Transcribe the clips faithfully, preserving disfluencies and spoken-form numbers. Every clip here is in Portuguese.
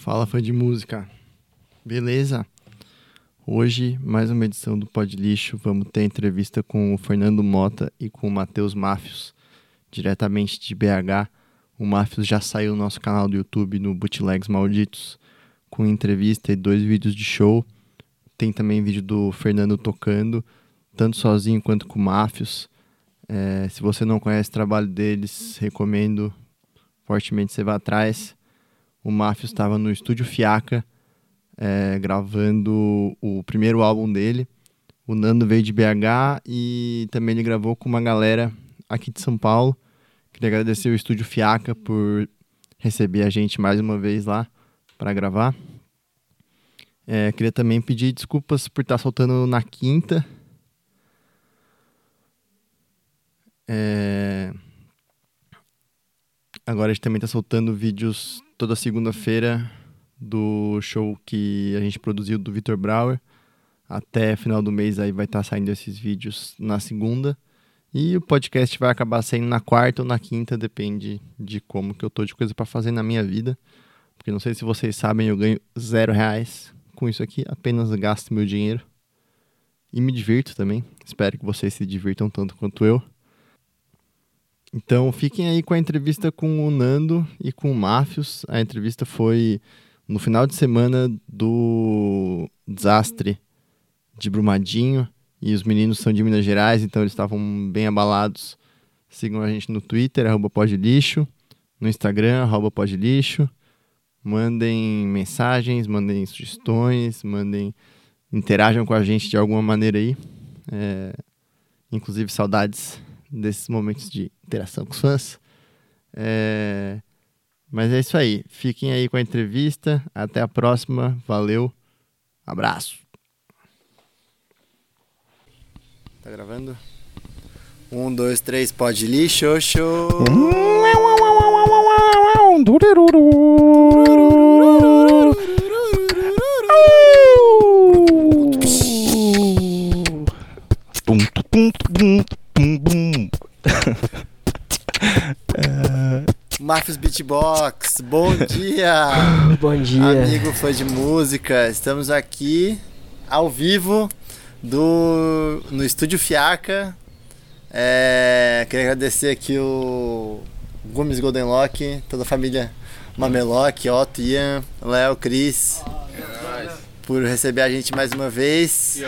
Fala, fã de música. Beleza? Hoje, mais uma edição do Pod Lixo. Vamos ter entrevista com o Fernando Mota e com o Matheus Máfios, diretamente de B H. O Máfios já saiu no nosso canal do YouTube, no Bootlegs Malditos, com entrevista e dois vídeos de show. Tem também vídeo do Fernando tocando, tanto sozinho quanto com o Máfios. É, se você não conhece o trabalho deles, recomendo fortemente você vá atrás. O Máfios estava no Estúdio Fiaca, é, gravando o primeiro álbum dele. O Nando veio de B H e também ele gravou com uma galera aqui de São Paulo. Queria agradecer o Estúdio Fiaca por receber a gente mais uma vez lá para gravar. É, queria também pedir desculpas por estar soltando na quinta. É... Agora a gente também está soltando vídeos toda segunda-feira do show que a gente produziu do Vitor Brauer. Até final do mês aí vai estar saindo esses vídeos na segunda. E o podcast vai acabar saindo na quarta ou na quinta, depende de como que eu tô de coisa para fazer na minha vida. Porque não sei se vocês sabem, eu ganho zero reais com isso aqui, apenas gasto meu dinheiro. E me divirto também. Espero que vocês se divirtam tanto quanto eu. Então fiquem aí com a entrevista com o Nando e com o Máfios. A entrevista foi no final de semana do Desastre de Brumadinho. E os meninos são de Minas Gerais, então eles estavam bem abalados. Sigam a gente no Twitter, arroba podlixo. No Instagram, arroba podlixo. Mandem mensagens, mandem sugestões, mandem... interajam com a gente de alguma maneira aí. É... Inclusive saudades desses momentos de interação com os fãs. É... Mas é isso aí. Fiquem aí com a entrevista. Até a próxima. Valeu. Abraço. Tá gravando? Um, dois, três, pode lixo, show! Máfios Beatbox, bom dia! Bom dia! Amigo fã de música, estamos aqui ao vivo do, no Estúdio Fiaca. É, queria agradecer aqui o Gomes Golden Lock, toda a família Mamelock, Otto, Ian, Léo, Cris, é por receber a gente mais uma vez.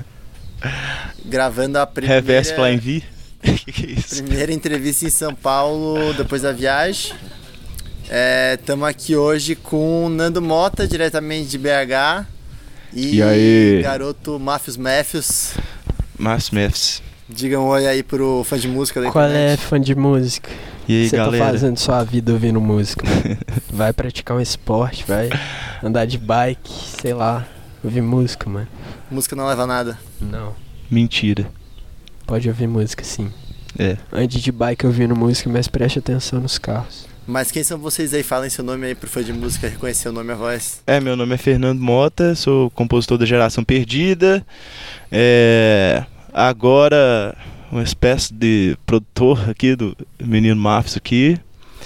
Gravando a primeira, Reverse Flying V. Que que é isso? Primeira entrevista em São Paulo depois da viagem. Estamos é, aqui hoje com o Nando Mota, diretamente de B H. E, e aí? Garoto Máfios Máfios. Máfios Máfios. Diga um oi aí pro fã de música da Qual internet. é, fã de música? E aí, Você galera? tá fazendo sua vida ouvindo música? Vai praticar um esporte, vai andar de bike, sei lá, ouvir música, mano. Música não leva a nada. Não. Mentira. Pode ouvir música, sim. É. Ande de bike ouvindo música, mas preste atenção nos carros. Mas quem são vocês aí? Falem seu nome aí pro fã de música reconhecer o nome e a voz. É, meu nome é Fernando Mota, sou compositor da Geração Perdida. É... Agora, uma espécie de produtor aqui do Menino Máfios aqui.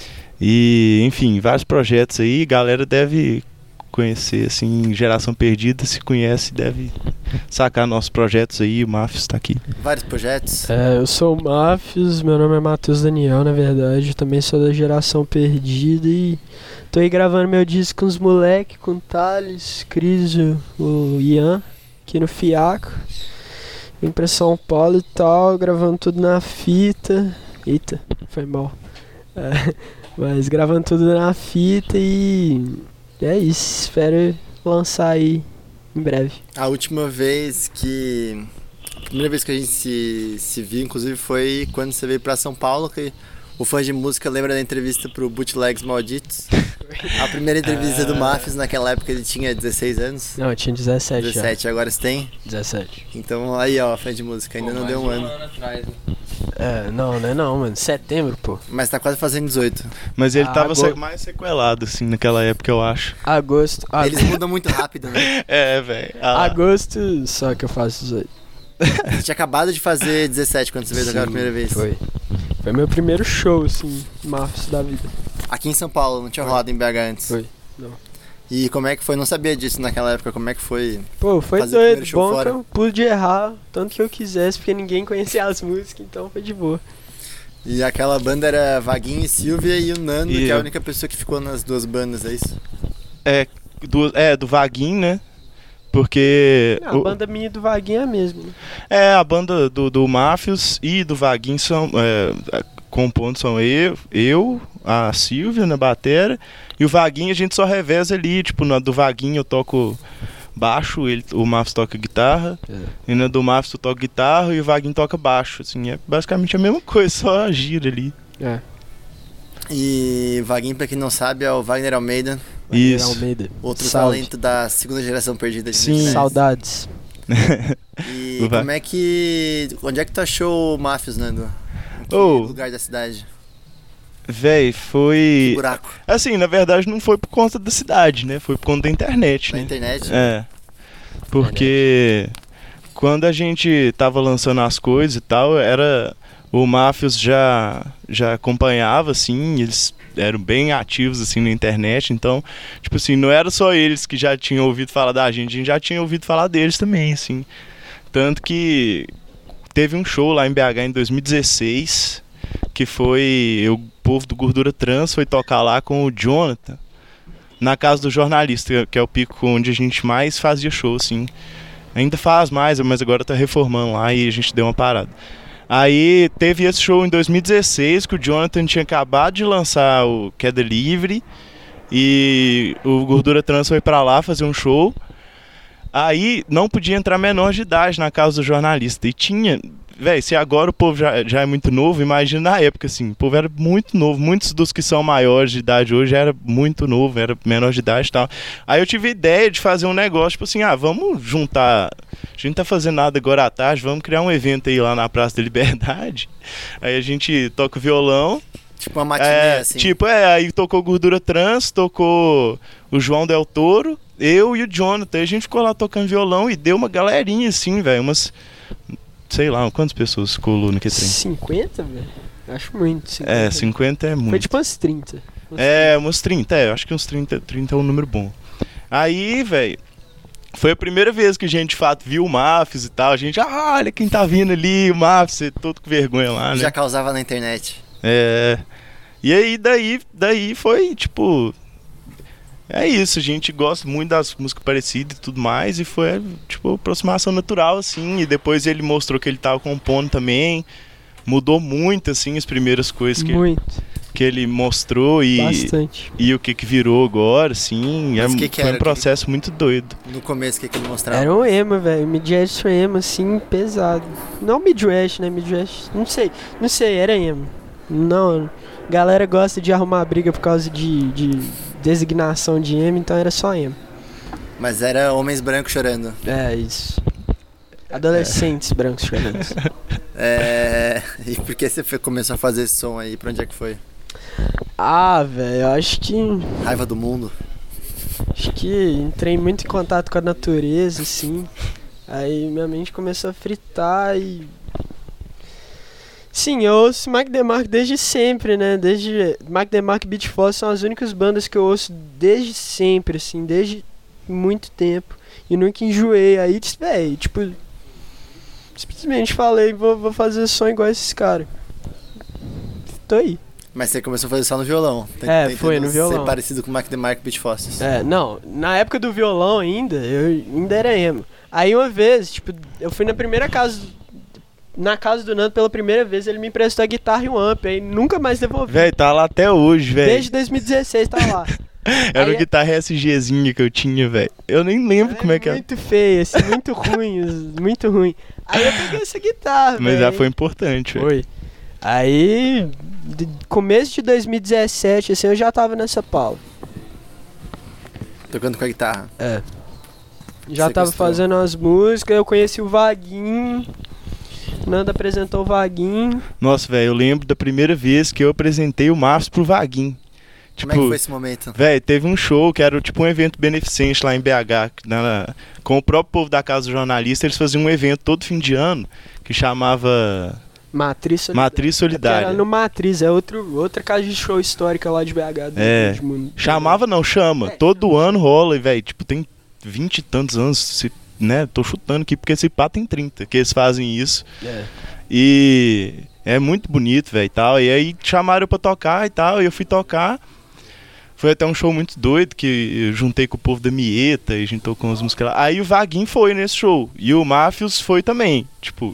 E, enfim, vários projetos aí. Galera deve conhecer, assim, Geração Perdida, se conhece, deve sacar nossos projetos aí. O Máfios tá aqui. Vários projetos? É, eu sou o Máfios, meu nome é Matheus Daniel, na verdade. Eu também sou da Geração Perdida e tô aí gravando meu disco com os moleques, com o Thales, Cris, o Ian, aqui no Fiaco. Vim pra São Paulo e tal, gravando tudo na fita. Eita, foi mal. É, mas gravando tudo na fita e é isso. Espero lançar aí em breve. A última vez que... A primeira vez que a gente se, se viu, inclusive, foi quando você veio pra São Paulo, que o fã de música lembra da entrevista pro Bootlegs Malditos. A primeira entrevista do Máfios, naquela época ele tinha dezesseis anos. Não, eu tinha dezessete, dezessete, já. agora você tem? dezessete. Então aí ó, fã de música, ainda Pô, não mais deu um de ano. ano atrás, né? É, não, não é não, mano. Setembro, pô. Mas tá quase fazendo dezoito. Mas ele Ah, tava agora- se- mais sequelado, assim, naquela época, eu acho. Agosto. ag- Eles mudam muito rápido, né? É, velho. Ah, Agosto, só que eu faço dezoito. Você tinha acabado de fazer dezessete quando você veio tocar a Sim, primeira vez. Foi. Foi meu primeiro show, assim, Máfios da vida. Aqui em São Paulo, não tinha Foi. rolado em B H antes. Foi. Não. E como é que foi? Não sabia disso naquela época, como é que foi? Pô, foi fazer o doido, primeiro show bom fora? que eu pude errar tanto que eu quisesse, porque ninguém conhecia as músicas, então foi de boa. E aquela banda era Vaguinho e Silvia e o Nando, E que é a eu. única pessoa que ficou nas duas bandas, é isso? É do, é, do Vaguinho, né? Porque. Ah, a o- banda minha e do Vaguinho é a mesma, né? É, a banda do, do Máfios e do Vaguinho são. É, compondo são eu, eu, a Silvia na batera. E o Vaguinho a gente só reveza ali. Tipo, na do Vaguinho eu toco baixo, ele, o Máfios toca guitarra. E na do Máfios eu toco guitarra e o Vaguinho toca baixo. Assim, é basicamente a mesma coisa, só gira ali. É. E Vaguinho, pra quem não sabe, é o Wagner Almeida, Wagner Isso. Almeida. outro Salve. talento da segunda geração perdida de Sim. Minas Gerais. Saudades. E O Va- como é que... Onde é que tu achou o Máfios, Nando? Em que Oh. lugar da cidade? Véi, Que foi. buraco? Assim, na verdade não foi por conta da cidade, né? Foi por conta da internet, Na né? internet? É. Porque quando a gente tava lançando as coisas e tal, era. O Máfios já, já acompanhava, assim, eles eram bem ativos, assim, na internet, então, tipo assim, não era só eles que já tinham ouvido falar da gente, a gente já tinha ouvido falar deles também, assim. Tanto que teve um show lá em B H em dois mil e dezesseis, que foi, o povo do Gordura Trans foi tocar lá com o Jonathan, na casa do jornalista, que é o pico onde a gente mais fazia show, assim. Ainda faz mais, mas agora tá reformando lá e a gente deu uma parada. Aí teve esse show em dois mil e dezesseis, que o Jonathan tinha acabado de lançar o Queda Livre, e o Gordura Trans foi pra lá fazer um show. Aí não podia entrar menor de idade na casa do jornalista. E tinha... Véi, se agora o povo já, já é muito novo, imagina na época, assim. O povo era muito novo. Muitos dos que são maiores de idade hoje era muito novo, era menor de idade e tal. Aí eu tive a ideia de fazer um negócio, tipo assim, ah, vamos juntar... A gente não tá fazendo nada agora à tarde, vamos criar um evento aí lá na Praça da Liberdade. Aí a gente toca o violão. Tipo uma matinê, É, assim. tipo, é, aí tocou Gordura Trans, tocou o João Del Toro, eu e o Jonathan. A gente ficou lá tocando violão e deu uma galerinha assim, velho, umas... Sei lá, quantas pessoas colou no que trem? cinquenta, velho? Acho muito. cinquenta. É, cinquenta é muito. Foi tipo umas trinta. Umas É, uns trinta, é, eu acho que uns trinta, trinta é um número bom. Aí, velho, foi a primeira vez que a gente de fato viu o Máfios e tal. A gente, ah, olha quem tá vindo ali, o Máfios, todo com vergonha lá, né? Já causava na internet. É. E aí, daí, daí foi tipo. É isso, a gente gosta muito das músicas parecidas e tudo mais. E foi, tipo, aproximação natural, assim. E depois ele mostrou que ele tava compondo também. Mudou muito, assim, as primeiras coisas que, Muito. que ele mostrou e, Bastante. e o que, que virou agora, assim. É, Mas que que foi era? um processo muito doido. No começo, o que, que ele mostrava? Era um emo, velho. Midwest foi emo, assim, pesado. Não Midwest, né? Midwest. Não sei. Não sei, era emo. Não. Galera gosta de arrumar briga por causa de, de designação de emo, então era só emo. Mas era homens brancos chorando. É, isso. Adolescentes brancos chorando. É... E por que você foi- começou a fazer esse som aí? Pra onde é que foi? Ah, velho, eu acho que. Raiva do mundo? Acho que entrei muito em contato com a natureza, assim. Aí minha mente começou a fritar e. Sim, eu ouço Mike DeMarco desde sempre, né? Desde. Mike DeMarco e Beat Force são as únicas bandas que eu ouço desde sempre, assim, desde muito tempo. E nunca enjoei. Aí, véi, tipo. Simplesmente falei, vou, vou fazer som igual esses caras. Tô aí. Mas você começou a fazer só no violão. Tem- É, tentando foi no violão. Ser parecido com o Mac DeMarco e Beat Fossils. É, não, na época do violão ainda, eu ainda era emo. Aí uma vez, tipo, eu fui na primeira casa, na casa do Nando pela primeira vez, ele me emprestou a guitarra e um amp, aí nunca mais devolvi. Velho, tá lá até hoje, velho. Desde dois mil e dezesseis tá lá. Era aí- uma guitarra SGzinha que eu tinha, velho. Eu nem lembro como é que é. Muito feio, assim, muito ruim, os- muito ruim. Aí eu peguei essa guitarra, Mas véi. já foi importante, velho. Foi. Aí, de- começo de dois mil e dezessete, assim, eu já tava nessa pau. Tocando com a guitarra. É. Já Você tava gostou? fazendo as músicas, eu conheci o Vaguinho. Nando apresentou o Vaguinho. Nossa, velho, eu lembro da primeira vez que eu apresentei o Máfios pro Vaguinho. Como é que Tipo, foi esse momento? velho, teve um show que era tipo um evento beneficente lá em B H, que na- com o próprio povo da Casa do Jornalista, eles faziam um evento todo fim de ano que chamava Matriz Solidária. Matriz Solidária. É era no Matriz, é outro, outra casa de show histórica lá de B H. Do É. Edmundo. Chamava não, chama. É, Todo ano rola, e, velho, tipo, tem vinte e tantos anos, se, né? Tô chutando aqui, porque esse pá tem trinta, que eles fazem isso. É. E é muito bonito, velho, e tal. E aí chamaram eu pra tocar e tal, e eu fui tocar. Foi até um show muito doido, que eu juntei com o povo da Mieta, e a gente tocou umas músicas lá. Aí o Vaguinho foi nesse show, e o Máfios foi também, tipo...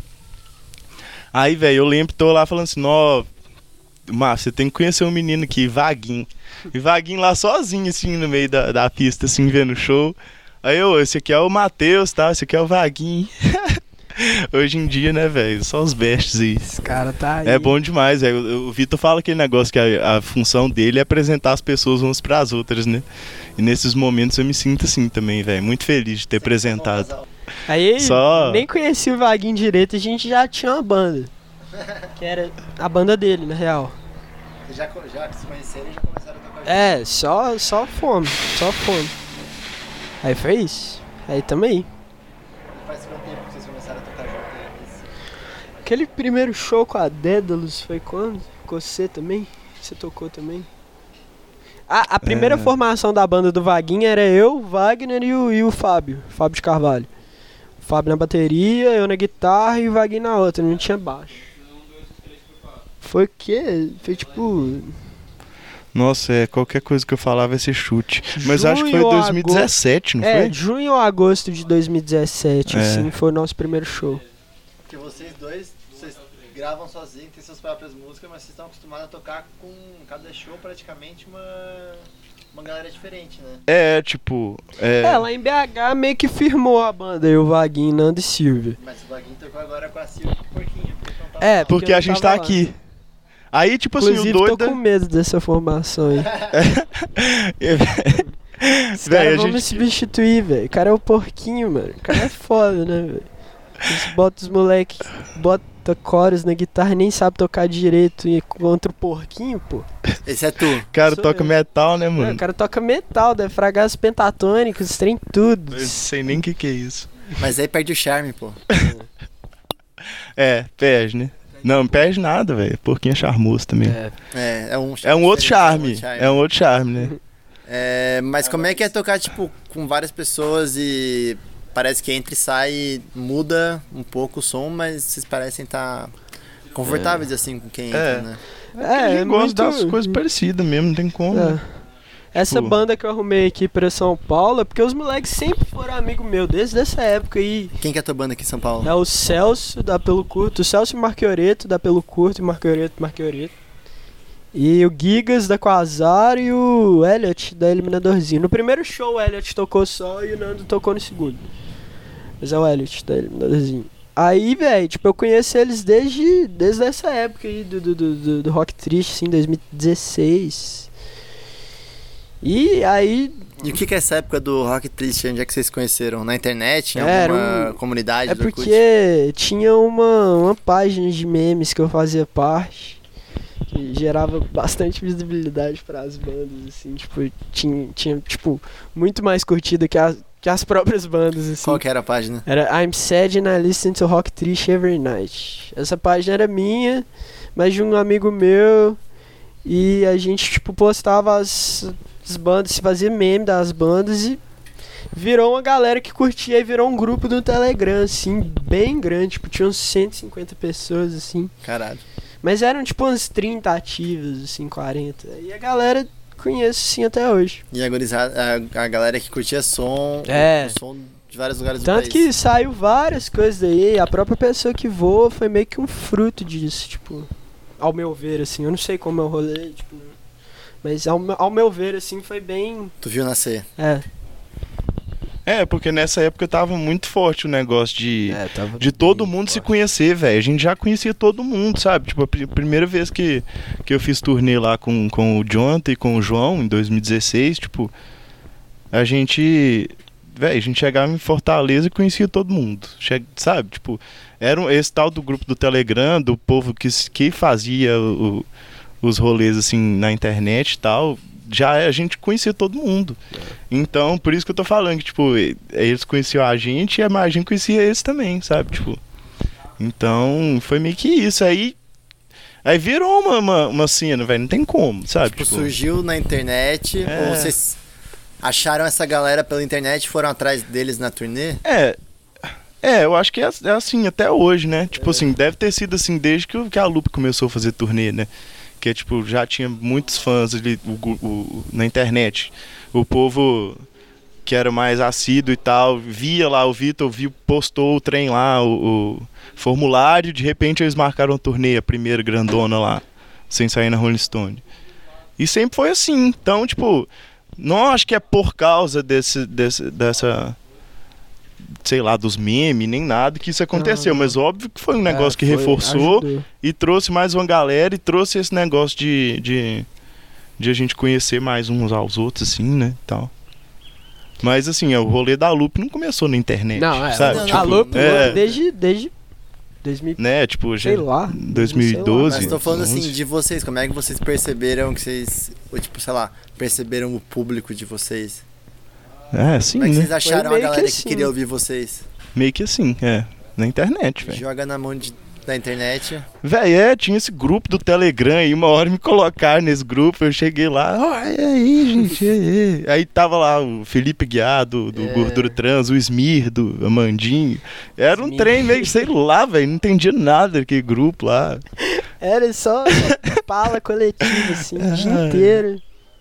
Aí, velho, eu lembro que tô lá falando assim, nó, Márcio, você tem que conhecer um menino aqui, Vaguinho. E Vaguinho lá sozinho, assim, no meio da, da pista, assim, vendo o show. Aí eu, esse aqui é o Matheus, tá? Esse aqui é o Vaguinho. Hoje em dia, né, velho? Só os bestes aí. Esse cara tá aí. É bom demais, velho. O Vitor fala aquele negócio que a, a função dele é apresentar as pessoas umas pras outras, né? E nesses momentos eu me sinto assim também, velho. Muito feliz de ter apresentado. Aí Só- nem conheci o Vaguinho direito, a gente já tinha uma banda. Que era a banda dele, na real. Vocês já, já se conheceram e já começaram a tocar É, só, só fome, só fome. Aí foi isso. Aí tamo aí. Faz quanto tempo que vocês começaram a tocar junto? Aquele primeiro show com a Dédalus foi quando? Com você também? Você tocou também? Ah, a primeira É. formação da banda do Vaguinho era eu, o Wagner e o, e o Fábio, Fábio de Carvalho. O Fábio na bateria, eu na guitarra e o Vaguinho na outra, não tinha baixo. Foi o quê? Foi tipo... Nossa, é, qualquer coisa que eu falar vai ser chute. Mas acho que foi junho ou dois mil e dezessete, não É, foi? junho ou agosto de dois mil e dezessete, É. assim, foi o nosso primeiro show. Porque vocês dois, vocês gravam sozinhos, têm suas próprias músicas, mas vocês estão acostumados a tocar com cada show praticamente uma, uma galera diferente, né? É, tipo... É, É, lá em B H meio que firmou a banda, eu, Vaguinho, Nando e Silvia. Mas o Vaguinho tocou agora com a Silvia e com o Porquinho. porque não tava É, lá. porque eu a não gente tava tá lá. aqui. Aí, tipo assim, Inclusive, o doido... tô com medo dessa formação aí. Os Véi, caras a vão me gente... substituir, velho. O cara é o porquinho, mano. O cara é foda, né, velho? Eles botam os moleque, bota chorus na guitarra e nem sabe tocar direito e contra o porquinho, pô. Esse é tu. O cara Sou toca eu. metal, né, É, mano? o cara toca metal, deve fragar os pentatônicos, trem tudo. Eu sei nem o que que é isso. Mas aí perde o charme, pô. É, perde, né? Não, não perde nada, velho. Porquinho é charmoso também. É. É, é um É um outro diferente, charme. É um outro charme, né? É, mas como é que é tocar, tipo, com várias pessoas e parece que entra e sai, muda um pouco o som, mas vocês parecem estar confortáveis, assim, com quem entra, É. né? É, a é gente gosta muito... das coisas parecidas mesmo, não tem como. É. Essa Tipo- banda que eu arrumei aqui pra São Paulo é porque os moleques sempre foram amigos meus, desde essa época aí. Quem que é a tua banda aqui em São Paulo? É o Celso, da Pelo Curto, o Celso e o Marquioreto, da Pelo Curto, e Marquioreto, Marquioreto. E o Gigas, da Quasar, e o Elliot, da Eliminadorzinho. No primeiro show o Elliot tocou só e o Nando tocou no segundo. Mas é o Elliot, da Eliminadorzinho. Aí, velho, tipo, eu conheci eles desde, desde essa época aí, do, do, do, do, do Rock Triste, assim, dois mil e dezesseis. E aí, E o que que é essa época do Rock Triste? Onde é que vocês se conheceram? Na internet? Em Era alguma um- comunidade é do Orkut? porque tinha uma, uma página de memes que eu fazia parte, que gerava bastante visibilidade para as bandas, assim, tipo, tinha, tinha, tipo, muito mais curtida que as, que as próprias bandas, assim. Qual que era a página? Era I'm sad and I listen to Rock Triste every night. Essa página era minha, mas de um amigo meu, e a gente, tipo, postava as, as bandas, se fazia meme das bandas e virou uma galera que curtia e virou um grupo do Telegram, assim, bem grande, tipo, tinha uns cento e cinquenta pessoas, assim. Caralho. Mas eram, tipo, uns trinta ativos, assim, quarenta. E a galera conhece, sim, até hoje. E a, gurizada, a, a galera que curtia som, É. o som de vários lugares do Tanto país. que saiu várias coisas daí, a própria pessoa que voa foi meio que um fruto disso, tipo, ao meu ver, assim, eu não sei como é o rolê, tipo, mas ao, meu- ao meu ver, assim, foi bem, Tu viu nascer. é, É, porque nessa época tava muito forte o negócio de, é tava de todo bem mundo se forte. conhecer, velho. A gente já conhecia todo mundo, sabe? Tipo, a pri- primeira vez que, que eu fiz turnê lá com, com o Jonathan e com o João, em dois mil e dezesseis, tipo, a gente... Velho, a gente chegava em Fortaleza e conhecia todo mundo, che- sabe? Tipo, era um- esse tal do grupo do Telegram, do povo que, s- que fazia o- o- os rolês, assim, na internet e tal, já a gente conhecia todo mundo. Então, por isso que eu tô falando que, tipo, e- eles conheciam a gente e a gente conhecia eles também, sabe? Tipo, Então, foi meio que isso. Aí, aí virou uma, uma, uma cena, velho. Não tem como, sabe? Tipo, tipo, surgiu na internet, é... ou vocês acharam essa galera pela internet e foram atrás deles na turnê? É, é eu acho que é, é assim até hoje, né? Tipo é. assim, deve ter sido assim desde que, que a Lupe começou a fazer turnê, né? Que, tipo, já tinha muitos fãs ali o, o, na internet. O povo que era mais assíduo e tal, via lá o Vitor, viu, postou o trem lá, o, o formulário, de repente eles marcaram a turnê, a primeira grandona lá, sem sair na Rolling Stone. E sempre foi assim. Então, tipo, não acho que é por causa desse, desse, dessa, sei lá, dos memes, nem nada que isso aconteceu. Ah, mas óbvio que foi um negócio é, que foi, reforçou ajudou. E trouxe mais uma galera e trouxe esse negócio de, de, de a gente conhecer mais uns aos outros, assim, né, tal. Mas assim, o rolê da Lupe não começou na internet, não, é, sabe? Não, tipo, a Lupe é, desde, desde dois mil, né, tipo, sei lá, dois mil e doze. Mas tô falando onze. Assim, de vocês, como é que vocês perceberam que vocês, ou, tipo, sei lá, perceberam o público de vocês? É, sim, como é que né? vocês acharam a galera que, assim. que queria ouvir vocês? Meio que assim, é, na internet, velho. Joga na mão de... da internet. Véi, é, tinha esse grupo do Telegram aí, uma hora me colocaram nesse grupo, eu cheguei lá, ó, oh, e aí, gente, e aí? Aí tava lá o Felipe Guiar, do, do é. Gordura Trans, o Smir, do Amandinho. Era um Smir. Trem meio, sei lá, velho, não entendia nada daquele grupo lá. Era só pala coletiva, assim, o dia inteiro.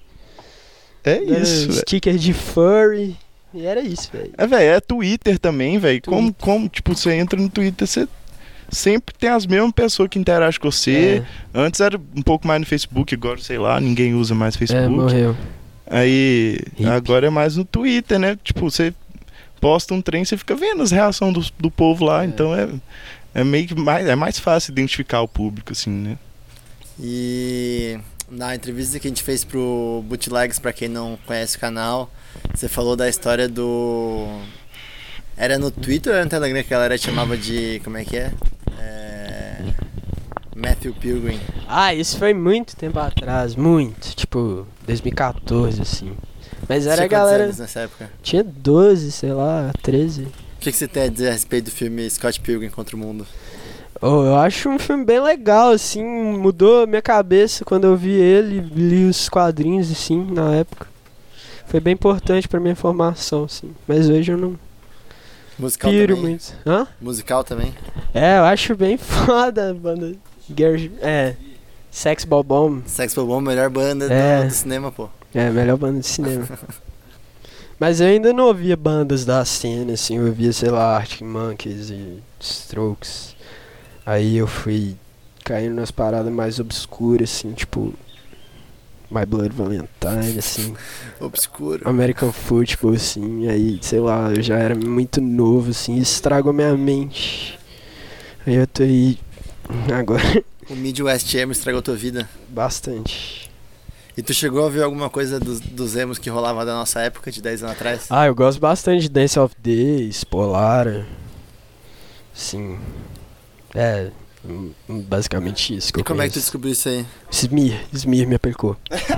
É isso, velho. Sticker de furry. E era isso, velho. É, velho, é Twitter também, velho. Como, como, tipo, você entra no Twitter, você sempre tem as mesmas pessoas que interagem com você. É. Antes era um pouco mais no Facebook, agora, sei lá, ninguém usa mais Facebook. É, morreu. Aí, Hip. Agora é mais no Twitter, né? Tipo, você posta um trem, você fica vendo as reações do, do povo lá. É. Então é, é meio que mais, é mais fácil identificar o público, assim, né? E na entrevista que a gente fez pro Bootlegs, pra quem não conhece o canal, você falou da história do... Era no Twitter ou era no Telegram que a galera chamava de... Como é que é? é... Matthew Pilgrim. Ah, isso foi muito tempo atrás, muito. Tipo, dois mil e catorze, assim. Mas era a galera... anos nessa época? Tinha doze, sei lá, treze. O que, que você tem a dizer a respeito do filme Scott Pilgrim contra o Mundo? Oh, eu acho um filme bem legal, assim. Mudou a minha cabeça quando eu vi ele, li os quadrinhos, assim, na época. Foi bem importante pra minha formação, assim. Mas hoje eu não... Musical piro também? muito. Hã? Musical também? É, eu acho bem foda a banda. Girl, é, Sex Bob-omb. Sex Bob-omb, melhor banda é. do, do cinema, pô. É, melhor banda de cinema. Mas eu ainda não ouvia bandas da cena, assim. Eu ouvia, sei lá, Arctic Monkeys e Strokes. Aí eu fui caindo nas paradas mais obscuras, assim, tipo... My Blood Valentine, assim. Obscuro. American Football, assim. Aí, sei lá, eu já era muito novo, assim. Isso estragou minha mente. Aí eu tô aí... Agora... O Midwest Emo estragou tua vida? Bastante. E tu chegou a ver alguma coisa dos, dos emos que rolava da nossa época, de dez anos atrás? Ah, eu gosto bastante de Dance of Days, Polar. Sim. É... Basicamente isso que e eu como conheço. É que tu descobriu isso aí? Smir, Smir me aplicou.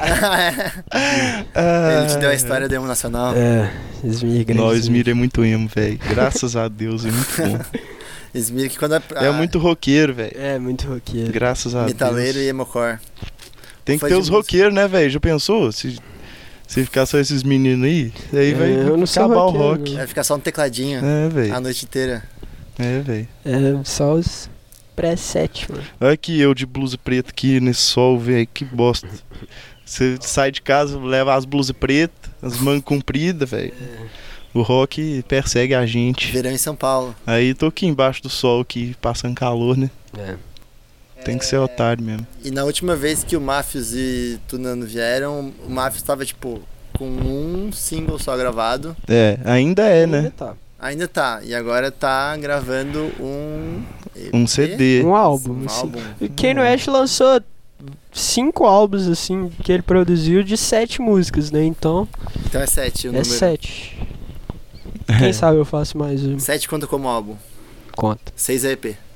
Ele te deu a história do emo nacional? É, Smir, grande. Não, Smir é muito emo, velho. Graças a Deus, é muito bom. Smir que quando... É, é muito roqueiro, velho. É, muito roqueiro. Graças a Metaleiro Deus. e emocore. Tem que ter os roqueiros, né, velho? Já pensou? Se, se ficar só esses meninos aí, aí é, vai acabar o rock. Vai ficar só um tecladinho é, véio. A noite inteira. É, velho. É, só os... pré-sete, mano. Olha aqui eu de blusa preta aqui nesse sol, velho, que bosta. Você sai de casa, leva as blusas pretas, as mangas compridas, velho. É. O rock persegue a gente. Verão em São Paulo. Aí tô aqui embaixo do sol, aqui, passando calor, né? É. Tem que ser otário mesmo. E na última vez que o Máfios e Tunano vieram, o Máfios tava, tipo, com um single só gravado. É, ainda é, ainda né? Tá. Ainda tá. E agora tá gravando um... E P? Um C D. Um álbum. Um assim. álbum. E Kanye West lançou cinco álbuns, assim, que ele produziu de sete músicas, né? Então... Então é sete o é número. sete. Quem sabe eu faço mais um. Sete conta como álbum. Conta. Seis é E P.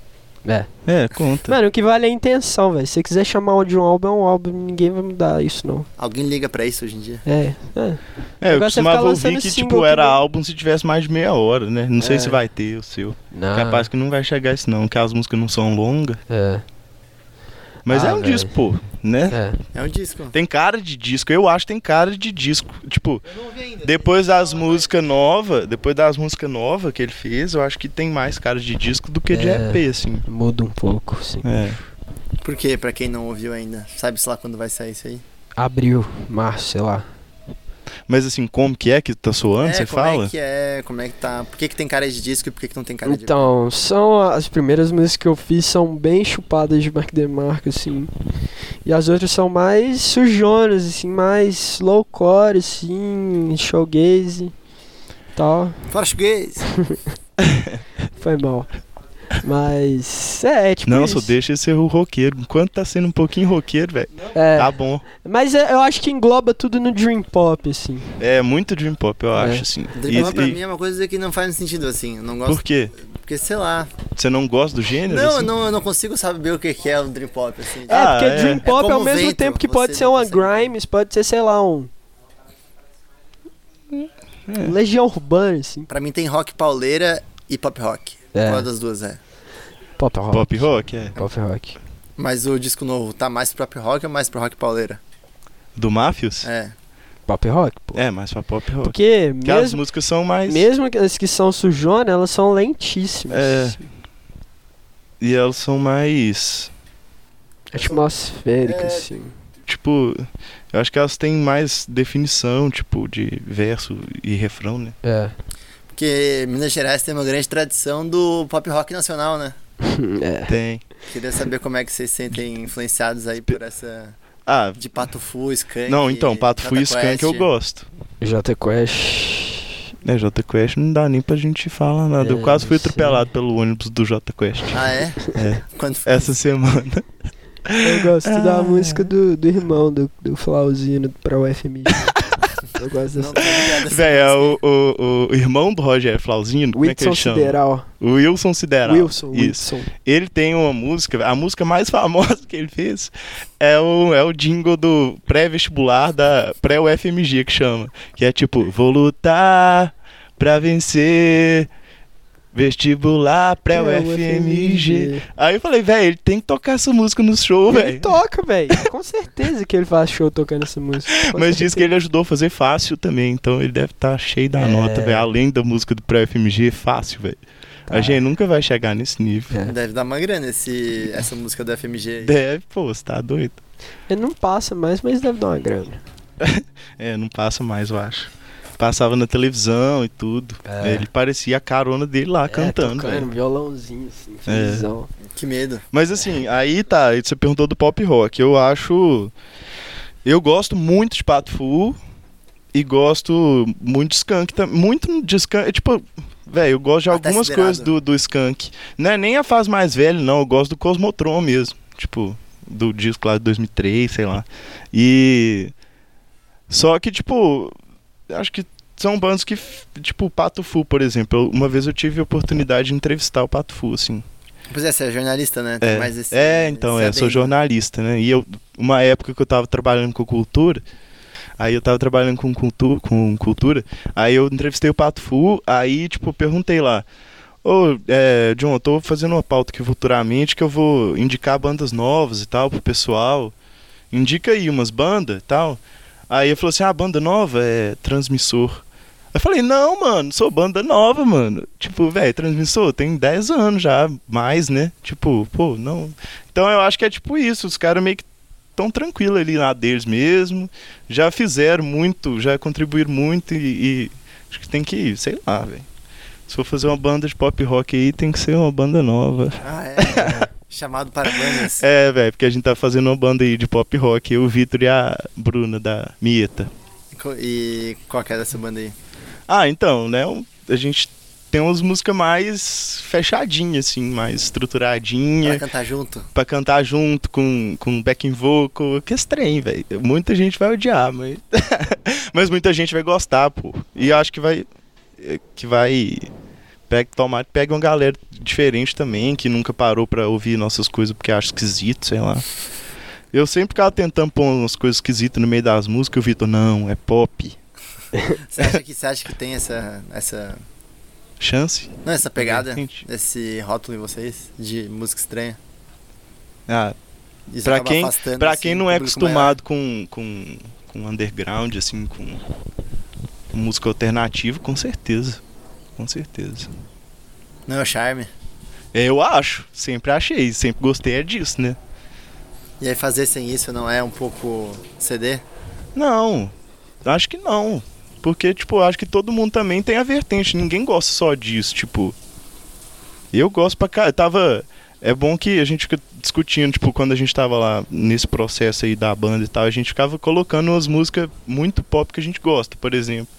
É. É, conta. Mano, o que vale é a intenção, velho. Se você quiser chamar de um álbum, é um álbum. Ninguém vai mudar isso, não. Alguém liga pra isso hoje em dia? É, é. É, eu Agora você costumava fica lançando ouvir que, single tipo, que era nem- álbum se tivesse mais de meia hora, né? Não sei É. se vai ter o seu. Não. Capaz que não vai chegar isso não, que as músicas não são longas. É, Mas Ah, é um velho. disco, pô, né? é. É um disco. Tem cara de disco, eu acho que tem cara de disco. Tipo, Eu não ouvi ainda. depois das músicas novas, depois das músicas novas que ele fez, eu acho que tem mais cara de disco do que de É. E P, assim. Muda um pouco, sim. É. Por quê? Pra quem não ouviu ainda. Sabe-se lá quando vai sair isso aí? Abril, março, sei lá. Mas assim, como que é que tá soando, é, você como fala? é que é, como é que tá. Por que, que tem cara de disco e por que, que não tem cara de Então, são as primeiras músicas que eu fiz são bem chupadas de Mark DeMarco, assim. E as outras são mais sujonas, assim, mais slowcore, assim, showgaze e tal. Português! Foi mal. Mas, é, é tipo Não, isso. só deixa ele ser o roqueiro. Enquanto tá sendo um pouquinho roqueiro, velho, É, tá bom. mas é, eu acho que engloba tudo no Dream Pop, assim. É muito Dream Pop, eu É. acho, assim. Dream Pop E- pra e- mim é uma coisa que não faz sentido, assim. Eu não gosto. Por quê? Porque, sei lá. Você não gosta do gênero? Não, assim? não, eu não consigo saber o que que é o Dream Pop, assim. É, Ah, porque é. Dream Pop É é ao como mesmo vento, tempo que você pode ser não uma consegue- Grimes, pode ser, sei lá, um... É. Legião Urbana, assim. Pra mim tem rock pauleira e pop rock. É. Qual das duas é? Pop rock. Pop rock, é. Pop rock. Mas o disco novo tá mais pro pop rock ou mais pro rock pauleira? Do Mafios? É. Pop rock, pô. É, mais pra pop rock. Porque Porque as mesmo, músicas são mais... mesmo que as que são sujonas, elas são lentíssimas. É. E elas são mais... Atmosféricas, É. assim. Tipo, eu acho que elas têm mais definição, tipo, de verso e refrão, né? É. Porque Minas Gerais tem uma grande tradição do pop rock nacional, né? é. Tem. Queria saber como é que vocês se sentem influenciados aí por essa... Ah, De Pato Fu, Skank... não, então, Pato Fu e Jota Skank eu Quest. gosto. J Quest. É, J Quest não dá nem pra gente falar nada. Eu É, quase fui não sei. atropelado pelo ônibus do J Quest. Ah, é? É, Quando foi? essa semana. Eu gosto da Ah. música do, do irmão do, do Flauzino pra U F M G. Eu gosto Não dessa. tô ligado essa Véi, é música. o, o, o irmão do Roger Flauzino, como é que Wilson ele chama? Sideral. O Wilson Sideral. Wilson, Isso. Wilson. Ele tem uma música, a música mais famosa que ele fez é o, é o jingle do pré-vestibular da pré-U F M G que chama. Que é tipo, vou lutar pra vencer, vestibular pré-U F M G. Aí eu falei, velho, ele tem que tocar essa música no show, Ele velho. toca, velho. Com certeza que ele faz show tocando essa música. Com Mas diz que certeza. ele ajudou a fazer fácil também, então ele deve estar cheio da É. nota, velho. Além da música do pré-U F M G, fácil, velho. Tá. A gente nunca vai chegar nesse nível. É. Deve dar uma grana esse, essa música do F M G aí. Deve, pô, você tá doido. Ele não passa mais, mas deve dar uma grana. É, não passa mais, eu acho. Passava na televisão e tudo. É. Ele parecia a carona dele lá cantando, É, tocando velho. um violãozinho, assim, É. felizão. Que medo. Mas assim, aí tá, aí você perguntou do pop rock. Eu acho. Eu gosto muito de Pato Fu e gosto muito de Skank também. Muito de Skank. Tipo, velho, eu gosto de Até algumas Siderado. coisas do, do Skank. Não é nem a fase mais velha, não. Eu gosto do Cosmotron mesmo. Tipo, do disco lá de dois mil e três, sei lá. E. Só que, tipo. Acho que são bandas que. Tipo, o Pato Fu, por exemplo. eu- Uma vez eu tive a oportunidade de entrevistar o Pato Fu, assim. Pois é, você é jornalista, né? Tem É, mais esse- é, então, esse é, sou adendo. jornalista, né? E eu, uma época que eu tava trabalhando com cultura, aí eu tava trabalhando com, cultu com cultura, aí eu entrevistei o Pato Fu, aí, tipo, perguntei lá, ô, é, John, eu tô fazendo uma pauta aqui futuramente que eu vou indicar bandas novas e tal pro pessoal, indica aí umas bandas e tal. Aí ele falou assim, ah, banda nova é Transmissor. Eu falei, não, mano, sou banda nova, mano. Tipo, velho, Transmissor tem dez anos já, mais, né? Tipo, pô, não. Então eu acho que é tipo isso, os caras meio que tão tranquilos ali na deles mesmo. Já fizeram muito, já contribuíram muito e, e acho que tem que, sei lá, velho. Se for fazer uma banda de pop rock aí, tem que ser uma banda nova. Ah, é. Chamado para bandas. É, velho, porque a gente tá fazendo uma banda aí de pop rock, eu, o Vitor e a Bruna da Mieta. Co- E qual que é dessa banda aí? Ah, então, né, um- a gente tem umas músicas mais fechadinhas, assim, mais estruturadinha, Pra cantar junto? pra cantar junto com, com backing vocal, que estranho, velho. Muita gente vai odiar, mas... mas muita gente vai gostar, pô. E eu acho que vai... que vai Pega, tomara que pegue uma galera diferente também, que nunca parou pra ouvir nossas coisas porque acha esquisito, sei lá. Eu sempre ficava tentando pôr umas coisas esquisitas no meio das músicas e o Vitor, não, é pop. Você acha que, você acha que tem essa, essa... Chance? Não, essa pegada, Gente. esse rótulo em vocês, de música estranha? Ah, Isso pra acaba quem, afastando, pra assim, quem o não é público maior. acostumado com, com, com underground, assim, com, com música alternativa, com certeza. Com certeza. Não é o charme? Eu acho, sempre achei, sempre gostei é disso, né? E aí fazer sem isso não é um pouco C D? Não, acho que não. Porque, tipo, acho que todo mundo também tem a vertente, ninguém gosta só disso, tipo... Eu gosto pra cá, tava... É bom que a gente fica discutindo, tipo, quando a gente tava lá nesse processo aí da banda e tal, a gente ficava colocando umas músicas muito pop que a gente gosta, por exemplo.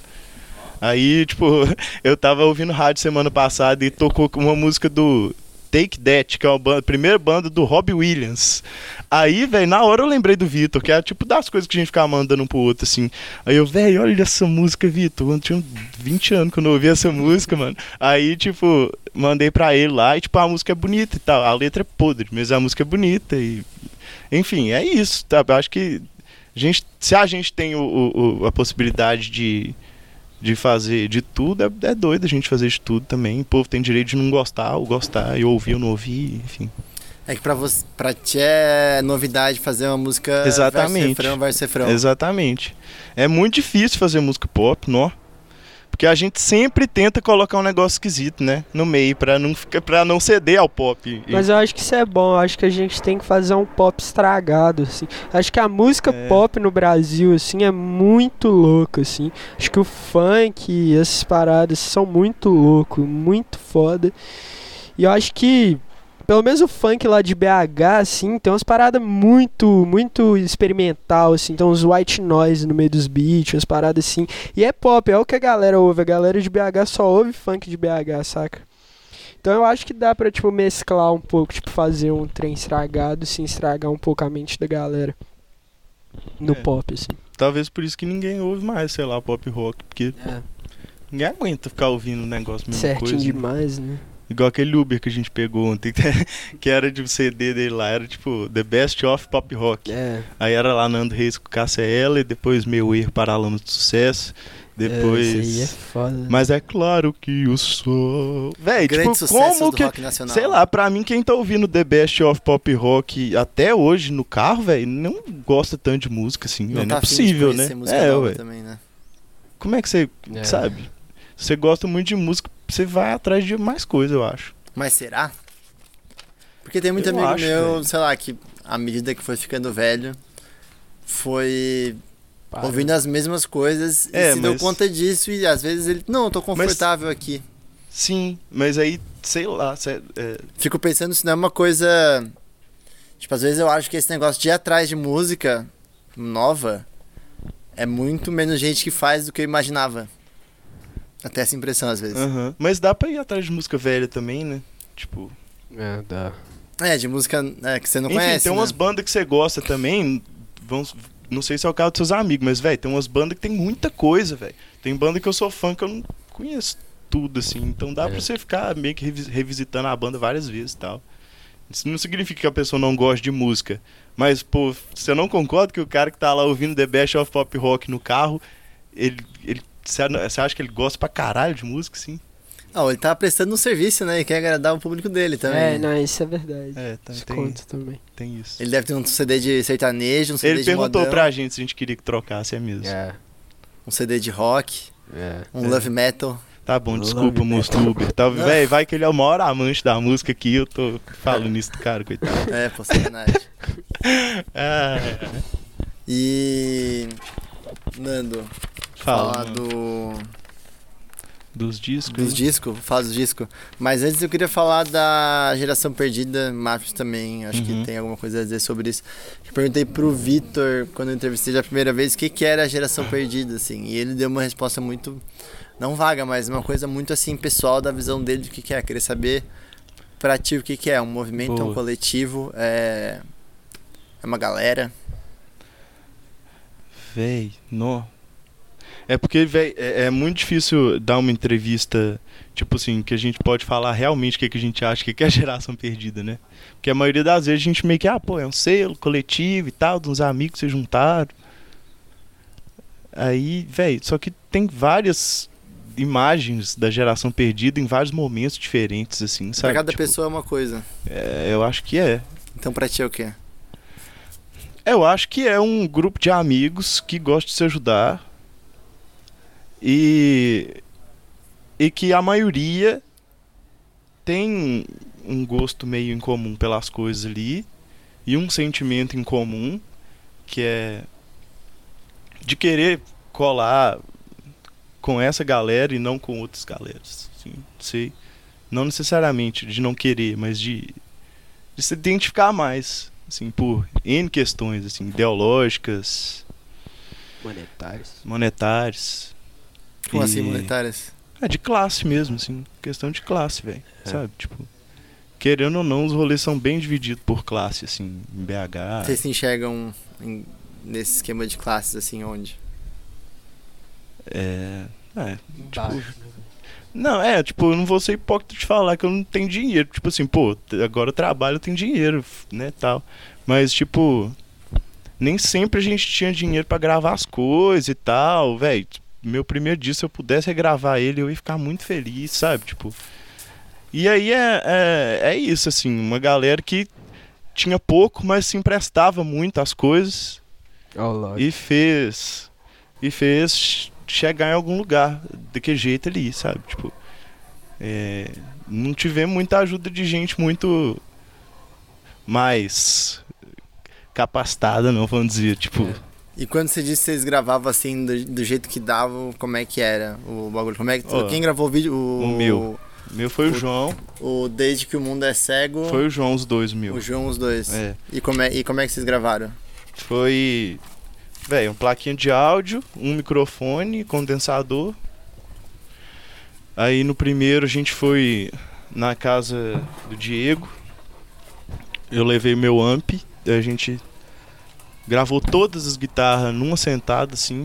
Aí, tipo, eu tava ouvindo rádio semana passada e tocou uma música do Take That, que é a banda, primeira banda do Robbie Williams. Aí, velho, na hora eu lembrei do Vitor, que é tipo das coisas que a gente ficava mandando um pro outro, assim. Aí eu, velho, olha essa música, Vitor. Eu tinha vinte anos quando eu ouvi essa música, mano. Aí, tipo, mandei pra ele lá e, tipo, a música é bonita e tal. A letra é podre, mas a música é bonita e... Enfim, é isso, tá? Eu acho que a gente, se a gente tem o, o, a possibilidade de... de fazer de tudo, é, é doido a gente fazer de tudo também. O povo tem direito de não gostar ou gostar, eu ouvir ou não ouvir, enfim. É que pra, você, pra ti é novidade fazer uma música Exatamente. verso refrão, verso refrão. Exatamente. É muito difícil fazer música pop, não? Porque a gente sempre tenta colocar um negócio esquisito, né? No meio, pra não, ficar, pra não ceder ao pop. Mas eu acho que isso é bom, eu acho que a gente tem que fazer um pop estragado, assim. Acho que a música É. pop no Brasil, assim, é muito louca, assim. Acho que o funk e essas paradas são muito loucos, muito foda. E eu acho que, pelo menos o funk lá de B H, assim, tem umas paradas muito, muito experimental, assim. Tem uns white noise no meio dos beats, umas paradas assim. E é pop, é o que a galera ouve. A galera de B H só ouve funk de B H, saca? Então eu acho que dá pra, tipo, mesclar um pouco, tipo, fazer um trem estragado, assim, estragar um pouco a mente da galera no É. pop, assim. Talvez por isso que ninguém ouve mais, sei lá, pop rock. Porque É. ninguém aguenta ficar ouvindo um negócio mesmo Certinho coisa. demais, né? Igual aquele Uber que a gente pegou ontem, que era de um C D dele lá, era tipo The Best of Pop Rock. É. Aí era lá Nando Reis com Cássia Eller, depois Meu Erro, Paralamas do Sucesso, depois... É, isso aí é foda. Mas é claro que o sol... Véi, Grande tipo, sucesso como do que... rock nacional. Sei lá, pra mim quem tá ouvindo The Best of Pop Rock até hoje no carro, velho, não gosta tanto de música assim, Não véio, tá não é afim de possível, né? conhecer música É, nova ué. também, né? Como é que você, É. sabe? Se você gosta muito de música, você vai atrás de mais coisa, eu acho. Mas será? Porque tem muito Eu amigo acho, meu, velho. sei lá, que à medida que foi ficando velho, foi Para. ouvindo as mesmas coisas É, e se deu mas- conta disso e às vezes ele, não, eu tô confortável aqui. Sim, mas aí, sei lá, cê- é, Fico pensando se não é uma coisa... Tipo, às vezes eu acho que esse negócio de ir atrás de música nova é muito menos gente que faz do que eu imaginava. Até essa impressão, às vezes. aham. Mas dá pra ir atrás de música velha também, né? Tipo... É, dá. É, de música é, que você não Enfim, conhece, tem umas né? bandas que você gosta também, vão, não sei se é o caso dos seus amigos, mas, velho, tem umas bandas que tem muita coisa, velho. Tem banda que eu sou fã que eu não conheço tudo, assim, então dá É. pra você ficar meio que revis- revisitando a banda várias vezes e tal. Isso não significa que a pessoa não gosta de música, mas, pô, você não concorda que o cara que tá lá ouvindo The Best of Pop Rock no carro, ele... ele você você acha que ele gosta pra caralho de música, sim? Não, ele tá prestando um serviço, né? E quer agradar o público dele também. É, não, isso é verdade. É, tá, Isso tem, conta também. tem isso. Ele deve ter um C D de sertanejo, um C D Ele de perguntou modão, pra gente se a gente queria que trocasse, é mesmo. É, um C D de rock, é. um É. love metal. Tá bom, Love desculpa, metal. moço Uber. Tá, véi, vai que ele é o maior amante da música aqui, eu tô falando isso do cara, coitado. É, pô, sacanagem. Ah, E... Nando, fala falar mano, do... dos discos. dos discos, fala dos discos. Mas antes eu queria falar da Geração Perdida, Máfios também, acho Uhum. que tem alguma coisa a dizer sobre isso. Eu perguntei pro Vitor, quando eu entrevistei a primeira vez, o que, que era a Geração Perdida, assim. E ele deu uma resposta muito, não vaga, mas uma coisa muito, assim, pessoal da visão dele do que, que é. Queria saber pra ti o que, que é. Um movimento, é um Boa. coletivo, é... é uma galera. Véi, nó. É porque, velho, é, é muito difícil dar uma entrevista, tipo assim, que a gente pode falar realmente o que, que a gente acha que, que é a geração perdida, né? Porque a maioria das vezes a gente meio que, ah, pô, é um selo coletivo e tal, de uns amigos que se juntaram. Aí, velho, só que tem várias imagens da geração perdida em vários momentos diferentes, assim, sabe? Pra cada Tipo, pessoa é uma coisa. É, eu acho que é. Então pra ti é o quê? Eu acho que é um grupo de amigos que gosta de se ajudar e, e que a maioria tem um gosto meio em comum pelas coisas ali e um sentimento em comum que é de querer colar com essa galera e não com outras galeras. Assim, sei. Não necessariamente de não querer, mas de, de se identificar mais. Assim, por N questões, assim, ideológicas, Monetários. monetárias. Como e... assim, monetárias? É, de classe mesmo, assim, questão de classe, velho, É. sabe, tipo, querendo ou não, os rolês são bem divididos por classe, assim, em B H. Vocês se enxergam em- nesse esquema de classes, assim, onde? É, é, Baixo, né? não, é, tipo, eu não vou ser hipócrita de falar que eu não tenho dinheiro, tipo assim, pô, t- agora eu trabalho, eu tenho dinheiro, f- né, tal, mas, tipo, nem sempre a gente tinha dinheiro pra gravar as coisas e tal, velho. Meu primeiro disco, se eu pudesse regravar ele, eu ia ficar muito feliz, sabe? Tipo. E aí é, é, é isso, assim, uma galera que tinha pouco, mas se emprestava muito as coisas Ó, lógico. e fez. E fez chegar em algum lugar daquele jeito ali, sabe? Tipo. É, não tivemos muita ajuda de gente muito mais capacitada, não, vamos dizer, tipo. É. E quando você disse que vocês gravavam assim, do, do jeito que davam, como é que era o bagulho? Como é que, Ó, quem gravou o vídeo? O, o meu. Meu foi o, o- João. O Desde que o Mundo é Cego. Foi o João, os dois mil. O João, os dois. É. E, como é, e como é que vocês gravaram? Foi. Velho, um plaquinha de áudio, um microfone, condensador. Aí no primeiro a gente foi na casa do Diego. Eu levei meu amp. A gente gravou todas as guitarras numa sentada assim.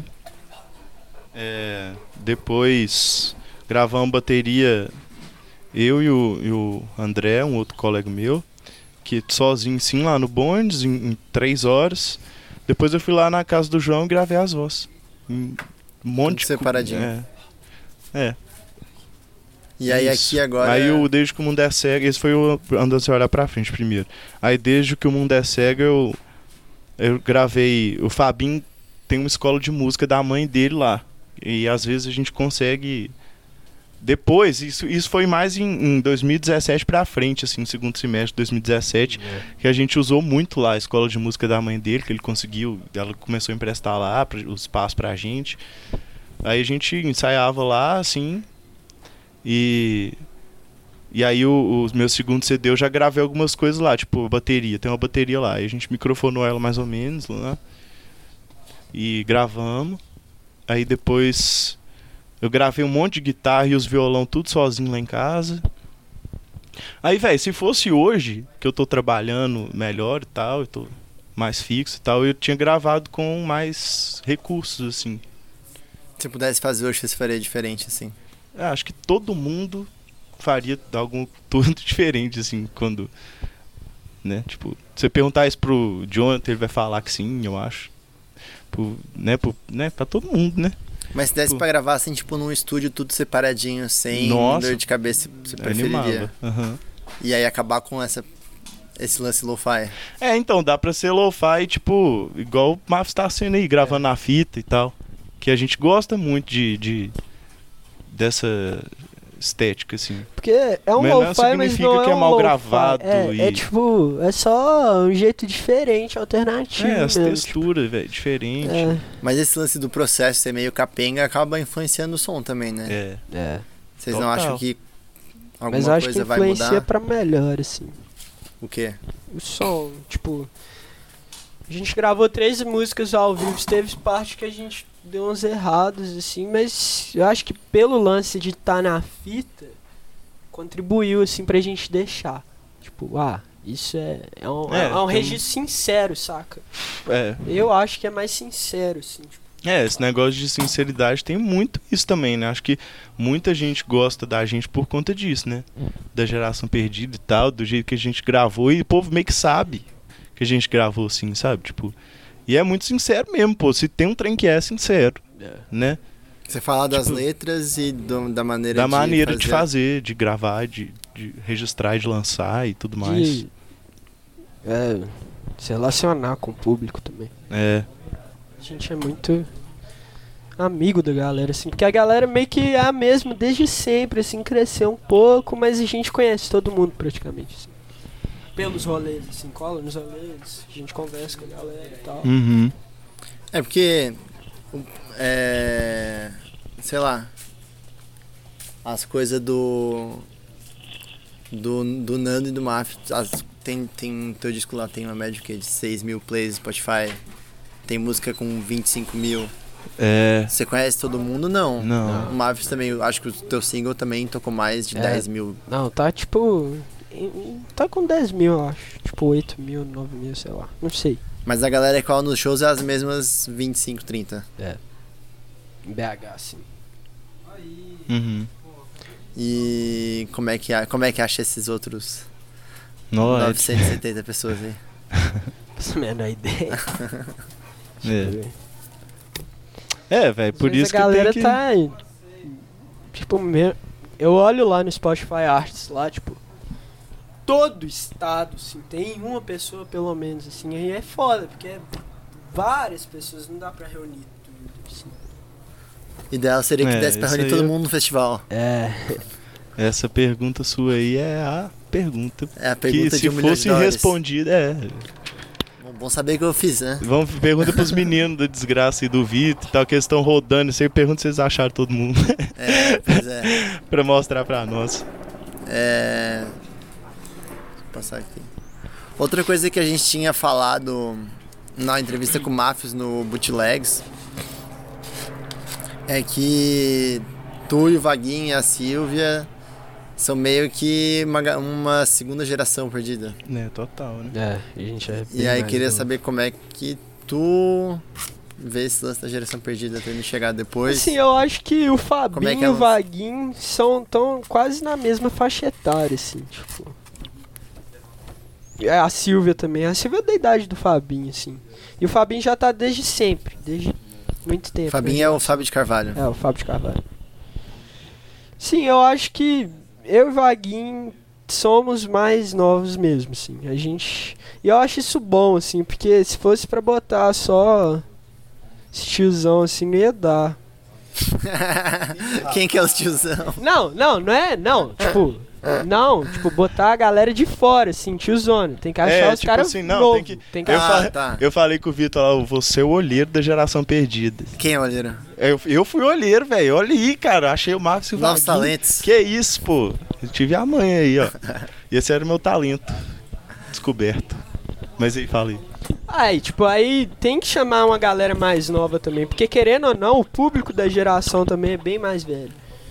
É, depois gravamos bateria. Eu e o, e o André, um outro colega meu, que sozinho sim lá no Bondes, em, em três horas. Depois eu fui lá na casa do João e gravei as vozes. Em um monte de co- separadinho. É. É. E aí Isso. aqui agora. Aí o Desde que o Mundo é Cego, esse foi o andando se olhar pra frente primeiro. Aí Desde que o Mundo é Cego eu, eu gravei. O Fabinho tem uma escola de música da mãe dele lá. E às vezes a gente consegue. Depois, isso, isso foi mais em, em dois mil e dezessete pra frente, assim, segundo semestre de dois mil e dezessete, É. que a gente usou muito lá a escola de música da mãe dele, que ele conseguiu, ela começou a emprestar lá pra, os espaços pra gente. Aí a gente ensaiava lá, assim, e e aí o, o meu segundo C D eu já gravei algumas coisas lá, tipo bateria, tem uma bateria lá, aí a gente microfonou ela mais ou menos lá, e gravamos. Aí depois eu gravei um monte de guitarra e os violão tudo sozinho lá em casa. Aí, velho, se fosse hoje, que eu tô trabalhando melhor e tal, eu tô mais fixo e tal, eu tinha gravado com mais recursos, assim. Se pudesse fazer hoje, você faria diferente, assim. Eu acho que todo mundo faria algo tudo diferente, assim, quando... Né, tipo, se você perguntar isso pro Jonathan, ele vai falar que sim, eu acho. Pro, né, pro, né, pra todo mundo, né? Mas se desse Pô. pra gravar assim, tipo, num estúdio tudo separadinho, sem Nossa. dor de cabeça, você preferiria? Animava. Aham. E aí acabar com essa, esse lance lo-fi. É, então, dá pra ser lo-fi, tipo, igual o Mafs tá sendo aí, gravando na fita e tal. Que a gente gosta muito de, de dessa estética, assim. Porque é um Mas não lo-fi, mas significa não é que é um mal lo-fi. gravado É, e- é tipo, é só um jeito diferente, alternativo É, as mesmo. texturas, velho, diferente. É, Mas esse lance do processo ser meio capenga acaba influenciando o som também, né? É. é. Vocês não Total. acham que alguma Mas eu acho que coisa vai influencia mudar? pra melhor, assim. O quê? O som, tipo... A gente gravou três músicas ao vivo, teve parte que a gente deu uns errados, assim, mas eu acho que pelo lance de estar na fita, contribuiu, assim, pra gente deixar. Tipo, ah, isso é, é um, É, é um tem- registro sincero, saca? É. Eu acho que é mais sincero, assim, tipo, É, esse negócio de sinceridade tem muito isso também, né? Acho que muita gente gosta da gente por conta disso, né? Da geração perdida e tal, do jeito que a gente gravou, e o povo meio que sabe que a gente gravou assim, sabe? Tipo, e é muito sincero mesmo, pô. Se tem um trem que é sincero, é. né? Você fala das tipo, letras e do, da maneira da de maneira fazer. de fazer, de gravar, de, de registrar, de lançar e tudo mais. De, é, se relacionar com o público também. É. A gente é muito amigo da galera, assim, porque a galera meio que é a mesma desde sempre, assim, cresceu um pouco, mas a gente conhece todo mundo praticamente, assim. Pelos rolês, assim, cola nos rolês, a gente conversa com a galera e tal. Uhum. É porque, é, sei lá, as coisas do, do, do Nando e do Maf, as, tem, tem, teu disco lá tem uma média que, de seis mil plays no Spotify. Tem música com vinte e cinco mil. É. Você conhece todo mundo? Não. Não. O Mavis também, eu acho que o teu single também tocou mais de é. dez mil. Não, tá tipo. Tá com dez mil, eu acho. Tipo oito mil, nove mil, sei lá. Não sei. Mas a galera que cola nos shows é as mesmas vinte e cinco, trinta. É. Em B H, sim. Uhum. E como é que, como é que acha esses outros Nossa. novecentas e setenta pessoas aí? Essa menor ideia. É, é velho, por isso a galera que tem que... tá tipo, eu olho lá no Spotify Artists lá, tipo, todo estado, assim, tem uma pessoa pelo menos, assim, aí é foda, porque é várias pessoas, não dá pra reunir tudo, assim. Ideal seria que é, desse pra reunir todo eu... mundo no festival. É. Essa pergunta sua aí é a pergunta, é a pergunta que de se um fosse respondida, é... Bom saber o que eu fiz, né? Vamos, pergunta pros meninos da desgraça e do Vitor e tal, que eles estão rodando. Você pergunta se eles acharam todo mundo. É, pois é. Pra mostrar pra nós. É... Deixa eu passar aqui. Outra coisa que a gente tinha falado na entrevista com o Mafios no Bootlegs é que tu e o Vaguinho e a Silvia são meio que uma, uma segunda geração perdida. É, total, né? É, a gente é. E aí queria novo. saber como é que tu vê esse lance da geração perdida tendo chegado depois. Assim, eu acho que o Fabinho é que e elas... o Vaguinho são tão quase na mesma faixa etária, assim, tipo. A Silvia também. A Silvia é da idade do Fabinho, assim. E o Fabinho já tá desde sempre, desde muito tempo. Fabinho né? é o Fábio de Carvalho. É, o Fábio de Carvalho. Sim, eu acho que eu e o Vaguinho somos mais novos mesmo, assim. A gente... E eu acho isso bom, assim, porque se fosse pra botar só esse tiozão, assim, não ia dar. Quem que é os tiozão? Não, não, não é, não, tipo... Não, tipo, botar a galera de fora, assim, tiozona. Tem que achar é, os tipo caras assim, não, novos. Tem que... Tem que eu, achar... falei, tá. eu falei com o Vitor lá, você é o olheiro da geração perdida. Quem é o olheiro? Eu, eu fui olheiro, velho. Eu olhei, cara. Achei o Marcos e o Novos Vaguinho. talentos. Que isso, pô. Eu tive a mãe aí, ó. E esse era o meu talento. Descoberto. Mas aí, falei. Aí, tipo, aí tem que chamar uma galera mais nova também. Porque, querendo ou não, o público da geração também é bem mais velho.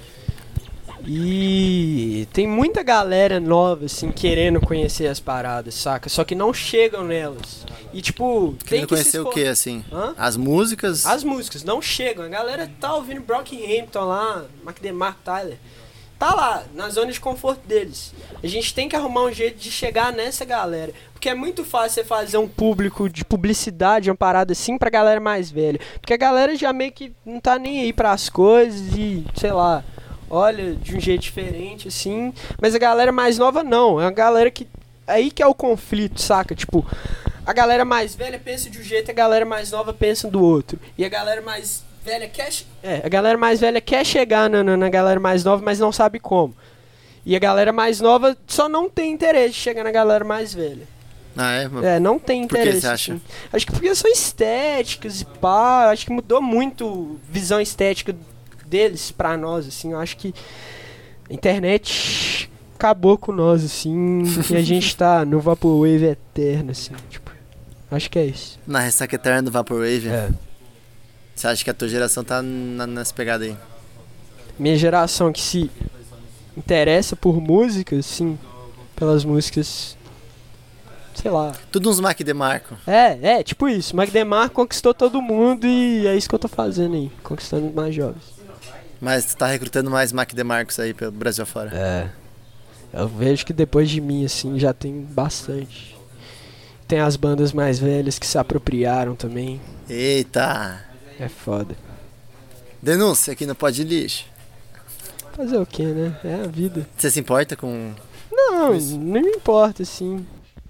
E tem muita galera nova, assim, querendo conhecer as paradas, saca? Só que não chegam nelas. E, tipo, querendo tem que conhecer se o que, assim? Hã? As músicas? As músicas não chegam. A galera tá ouvindo Brockhampton lá, McDemark, Tyler. Tá lá, na zona de conforto deles. A gente tem que arrumar um jeito de chegar nessa galera. Porque é muito fácil você fazer um público de publicidade, uma parada assim, pra galera mais velha. Porque a galera já meio que não tá nem aí pras coisas e, sei lá... olha de um jeito diferente, assim. Mas a galera mais nova não. É uma galera que... aí que é o conflito, saca? Tipo, a galera mais velha pensa de um jeito e a galera mais nova pensa do outro. E a galera mais velha quer... É, a galera mais velha quer chegar na, na, na galera mais nova, mas não sabe como. E a galera mais nova só não tem interesse de chegar na galera mais velha. Ah, é? Mas é, não tem interesse. Por que você acha? Assim. Acho que porque são estéticas e pá. Acho que mudou muito a visão estética deles pra nós, assim. Eu acho que a internet acabou com nós, assim, e a gente tá no Vaporwave eterno, assim, tipo, acho que é isso. Na ressaca eterna do Vaporwave? É. Você acha que a tua geração tá na, nessa pegada aí? Minha geração que se interessa por música, assim, pelas músicas sei lá. Tudo uns Mac DeMarco. É, é, tipo isso. Mac DeMarco conquistou todo mundo e é isso que eu tô fazendo aí, conquistando mais jovens. Mas tu tá recrutando mais Mac DeMarcos aí pelo Brasil afora. É. Eu vejo que depois de mim, assim, já tem bastante. Tem as bandas mais velhas que se apropriaram também. Eita! É foda. Denúncia aqui no Pod Lixo. Fazer o que, né? É a vida. Você se importa com... Não, Isso. não me importa, assim.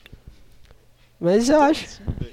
Mas eu acho...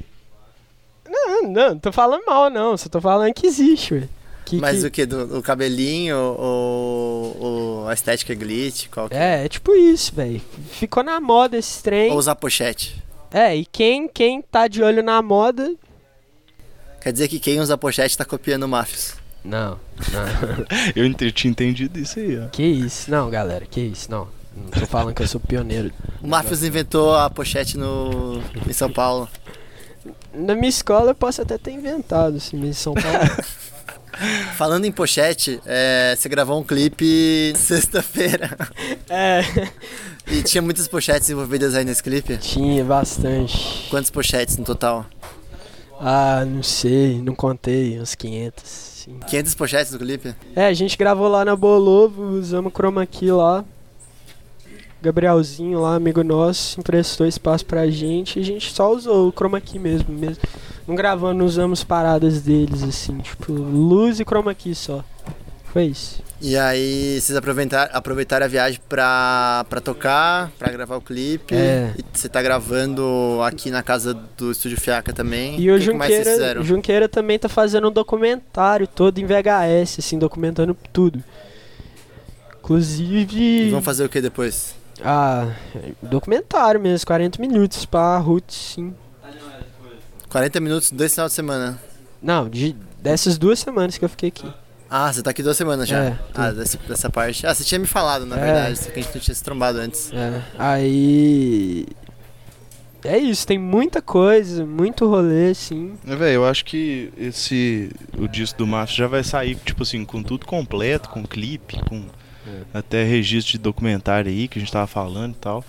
Não, não, não tô falando mal, não. Só tô falando que existe, ué. Que, Mas que... o que? Do, o cabelinho ou, ou a estética glitch? Qual que É, é tipo isso, velho. Ficou na moda esse trem. Ou usar pochete? É, e quem, quem tá de olho na moda... Quer dizer que quem usa pochete tá copiando o Máfios. Não, não. Eu ent- eu tinha entendido isso aí, ó. Que isso? Não, galera, que isso? Não. Não tô falando que eu sou pioneiro. O Máfios inventou a pochete no, em São Paulo. Na minha escola eu posso até ter inventado, assim, mas em São Paulo... Falando em pochete, é, você gravou um clipe sexta-feira. É, E tinha muitas pochetes envolvidas aí nesse clipe? tinha bastante. Quantas pochetes no total? Ah, não sei, não contei, uns quinhentos. Sim. quinhentas pochetes no clipe? É, a gente gravou lá na Bolovo, usamos chroma key lá. Gabrielzinho lá, amigo nosso, emprestou espaço pra gente e a gente só usou o chroma key mesmo, mesmo. Não gravando, não usamos paradas deles, assim, tipo, luz e chroma key só. Foi isso. E aí vocês aproveitaram, aproveitaram a viagem pra, pra tocar, pra gravar o clipe. É. E você tá gravando aqui na casa do Estúdio Fiaca também. E o que que mais vocês Junqueira, fizeram? o Junqueira também tá fazendo um documentário todo em V H S, assim, documentando tudo. Inclusive... E vão fazer o que depois? Ah, documentário mesmo, quarenta minutos pra Ruth, sim. quarenta minutos, dois finais de semana. Não, de, dessas duas semanas que eu fiquei aqui. Ah, você tá aqui duas semanas já. É, tô. ah, desse, dessa parte. Ah, você tinha me falado, na É. verdade, só que a gente não tinha se trombado antes. É, aí... É isso, tem muita coisa, muito rolê, assim. É, velho, eu acho que esse o disco do Márcio já vai sair, tipo assim, com tudo completo, com clipe, com até registro de documentário aí que a gente tava falando e tal.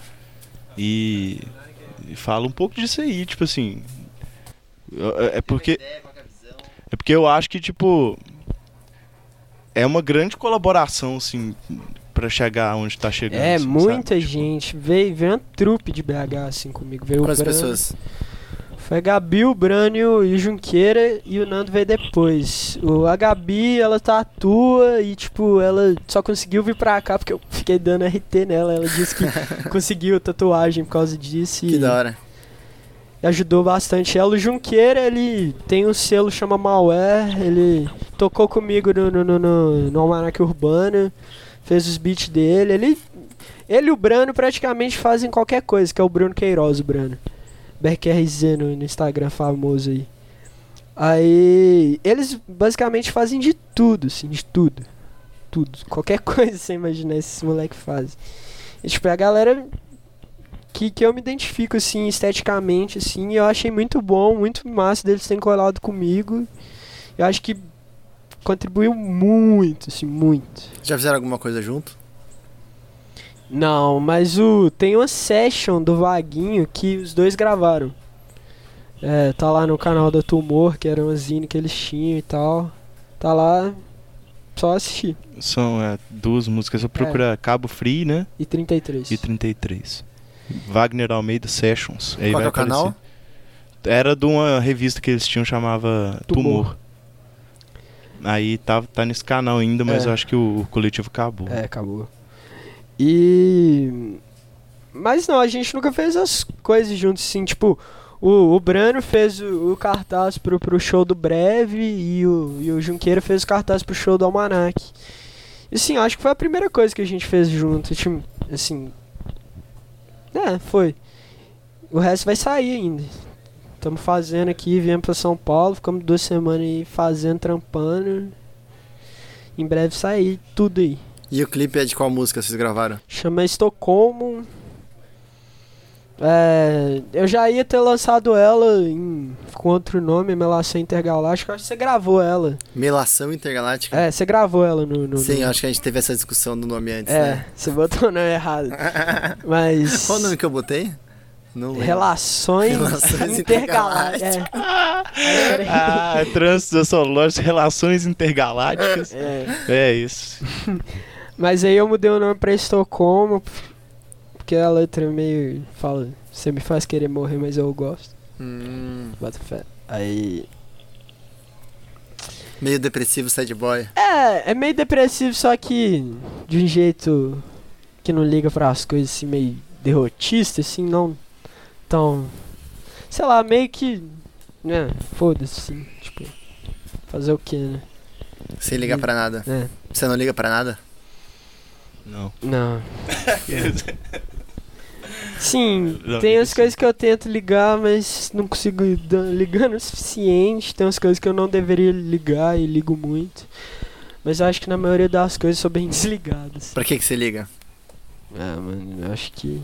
E, e fala um pouco disso aí, tipo assim. É é porque é porque eu acho que tipo é uma grande colaboração assim pra chegar onde tá chegando. É, assim, muita sabe? Tipo, gente. Veio, veio uma trupe de B H, assim, comigo. Veio Quantas o Brano, pessoas? Foi a Gabi, o Brânio e o Junqueira e o Nando veio depois. O, a Gabi, ela tatua e, tipo, ela só conseguiu vir pra cá porque eu fiquei dando R T nela. Ela disse que conseguiu tatuagem por causa disso. Que e da hora. ajudou bastante ela. O Junqueira, ele tem um selo chama Malware. Ele tocou comigo no, no, no, no, no Almanac Urbano. Fez os beats dele. Ele, ele e o Brano praticamente fazem qualquer coisa, que é o Bruno Queiroz, o Brano. B R Q R Z no, no Instagram famoso aí. Aí, eles basicamente fazem de tudo, assim, de tudo. Tudo. Qualquer coisa você imaginar, esses moleques fazem. E, tipo, é a galera que, que eu me identifico, assim, esteticamente, assim, e eu achei muito bom, muito massa deles terem colado comigo. Eu acho que contribuiu muito, assim, muito. Já fizeram alguma coisa junto? Não, mas o tem uma session do Vaguinho que os dois gravaram. É, tá lá no canal da Tumor, que era uma zine que eles tinham e tal. Tá lá, só assistir. São é, duas músicas, você procura Cabo Free, né? E trinta e três. E trinta e três. Wagner Almeida Sessions. Aí Qual vai que é o canal? aparecer. Era de uma revista que eles tinham, chamava Tumor. Tumor. Aí tá, tá nesse canal ainda, mas É. eu acho que o, o coletivo acabou. É, acabou. E... Mas não, a gente nunca fez as coisas juntos, assim, tipo... O, o Brano fez o, o cartaz pro, pro show do Breve e o, e o Junqueira fez o cartaz pro show do Almanac. E assim, acho que foi a primeira coisa que a gente fez junto, tipo, assim... É, foi. O resto vai sair ainda. Estamos fazendo aqui, viemos pra São Paulo, ficamos duas semanas aí fazendo, trampando. Em breve sair tudo aí. E o clipe é de qual música vocês gravaram? Chama Estocolmo. É, eu já ia ter lançado ela em, com outro nome, Melação Intergaláctica. Acho que você gravou ela. Melação Intergaláctica? É, você gravou ela no... no Sim, no... acho que a gente teve essa discussão do nome antes, É, né? você botou o nome errado. Mas... Qual o nome que eu botei? Não lembro. Relações, Relações intergalácticas. É. Ah, trânsito zoológico, relações intergalácticas. É. É isso. Mas aí eu mudei o nome pra Estocolmo, porque a letra meio fala, você me faz querer morrer, mas eu gosto. Hum, Bota fé. Aí... meio depressivo, sad boy. É, é meio depressivo, só que de um jeito que não liga para as coisas, assim, meio derrotista, assim, não tão... Sei lá, meio que... né, foda-se, assim, tipo... Fazer o quê, né? Sem ligar pra nada. É. Você não liga pra nada? Não. Não. Sim, Não, tem as sim. coisas que eu tento ligar, mas não consigo da- ligando o suficiente. Tem as coisas que eu não deveria ligar e ligo muito. Mas eu acho que na maioria das coisas eu sou bem desligado. Assim. Pra que que você liga? Ah, mano, eu acho que...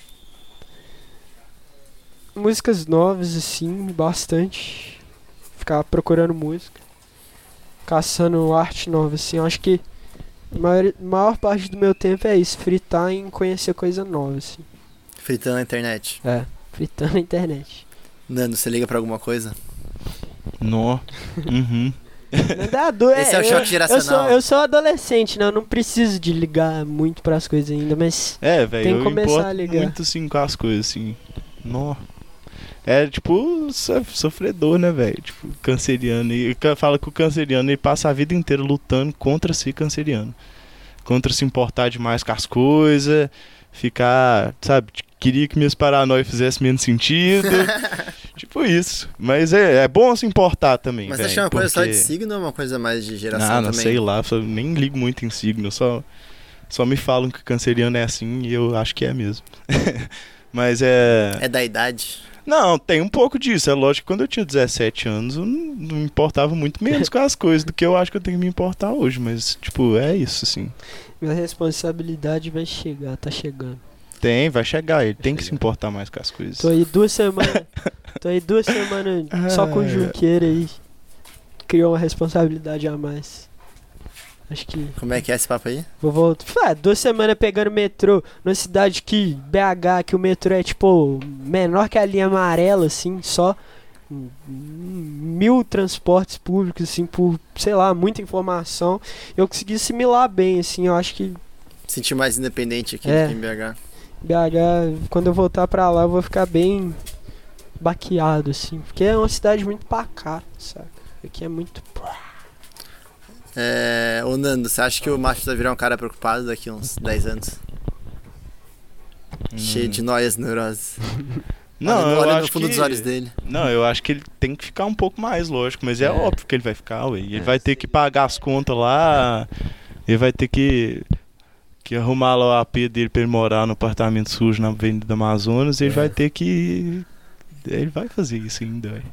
Músicas novas, assim, bastante. Ficar procurando música. Caçando arte nova, assim. Eu acho que a maior, maior parte do meu tempo é isso. Fritar em conhecer coisa nova, assim. Fritando na internet. É, fritando na internet. Nando, você liga pra alguma coisa? Nó. Uhum. Não dá dor, Esse é o eu- choque Eu geracional. sou, eu sou adolescente, né? Eu não preciso de ligar muito pras coisas ainda, mas... É, velho, Tem que eu começar importo a ligar. muito assim com as coisas, assim. Nó. É tipo so- sofredor, né, velho? Tipo, canceriano. E ca- fala que o canceriano ele passa a vida inteira lutando contra si canceriano. Contra se importar demais com as coisas, ficar, sabe, t- queria que minhas paranoias fizessem menos sentido. Tipo isso. Mas é, é bom se importar também, Mas velho. você acha uma coisa só de porque- signo ou uma coisa mais de geração Ah, não também? sei lá, só, nem ligo muito em signo, só, só me falam que canceriano é assim e eu acho que é mesmo. Mas é... É da idade? Não, tem um pouco disso. É lógico que quando eu tinha dezessete anos eu não, não me importava muito menos com as coisas do que eu acho que eu tenho que me importar hoje. Mas, tipo, é isso, assim. Minha responsabilidade vai chegar, tá chegando. Tem, vai chegar. Ele tem que se chegar. importar mais com as coisas. Tô aí duas semanas... tô aí duas semanas só com o Ah, é. Junqueira aí. Criou uma responsabilidade a mais. Acho que... Como é que é esse papo aí? Vou voltar. Ah, duas semanas pegando metrô numa cidade que, B H, que o metrô é tipo menor que a linha amarela, assim, só hum, mil transportes públicos, assim, por, sei lá, muita informação. Eu consegui assimilar bem, assim, eu acho que Sentir mais independente aqui É. do que em B H. B H, quando eu voltar pra lá, eu vou ficar bem baqueado, assim, porque é uma cidade muito pacata, saca? Aqui é muito... É... Ô Nando, você acha que o Machos vai virar um cara preocupado daqui a uns dez anos? Hum. Cheio de noias, neuroses. Não, olha, eu olha acho no fundo que... dos olhos dele. Não, eu acho que ele tem que ficar um pouco mais, lógico. Mas é, É. óbvio que ele vai ficar, ué. Ele É. vai ter que pagar as contas lá. Ele vai ter que... Que arrumar lá o A P dele pra ele morar no apartamento sujo na Avenida do Amazonas. Ele É. vai ter que... Ele vai fazer isso ainda, ué.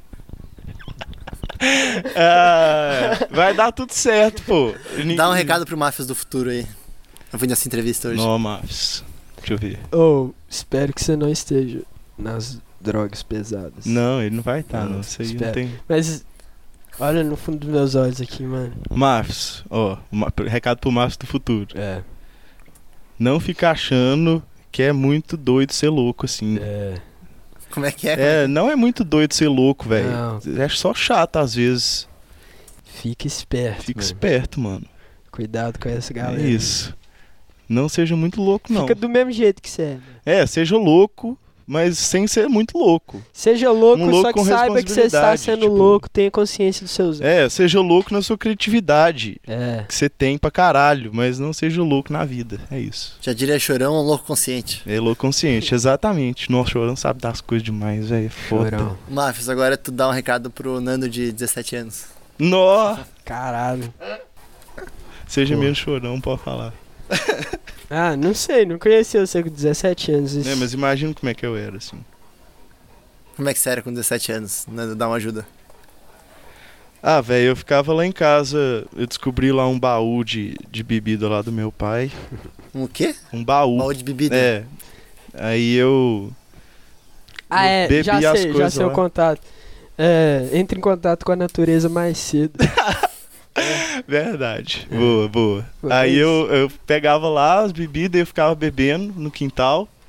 Ah, vai dar tudo certo, pô. Dá um recado pro Máfias do futuro aí. Eu fui nessa entrevista hoje. Não, mas... Deixa eu ver. Oh, espero que você não esteja nas drogas pesadas. Não, ele não vai estar, Não, não. Isso aí não espera. tem... Mas olha no fundo dos meus olhos aqui, mano. Marcos, ó, ma- recado pro Marcos do futuro. É. Não fica achando que é muito doido ser louco, assim. É. Como é que é? É, não é muito doido ser louco, velho. Não. É só chato às vezes. Fica esperto. Fica mano. esperto, mano. Cuidado com essa galera. É isso. Não seja muito louco, não. Fica do mesmo jeito que você é. Mano. É, seja louco, mas sem ser muito louco. Seja louco, Um louco só que com saiba que você está responsabilidade, sendo tipo- louco, tenha consciência dos seus atos. É, seja louco na sua criatividade. É. Que você tem pra caralho, mas não seja louco na vida. É isso. Já diria Chorão, um louco consciente. É louco consciente, exatamente. Nossa, Chorão sabe das coisas demais, velho. É foda. Chorão. Máfias, agora tu dá um recado pro Nando de dezessete anos. Nó! Caralho. Seja Pô. menos chorão, pode falar. Ah, não sei, não conheci você com dezessete anos. Isso. É, mas imagina como é que eu era, assim. Como é que você era com dezessete anos? Nando, dá uma ajuda. Ah, velho, eu ficava lá em casa, eu descobri lá um baú de, de bebida lá do meu pai. Um o quê? Um baú. Baú de bebida. É. Aí eu... Ah, eu é, bebi já as sei, já coisas sei o lá. contato. É, entre em contato com a natureza mais cedo. Verdade. É. Boa, boa. Foi Aí isso. eu, eu pegava lá as bebidas e eu ficava bebendo no quintal.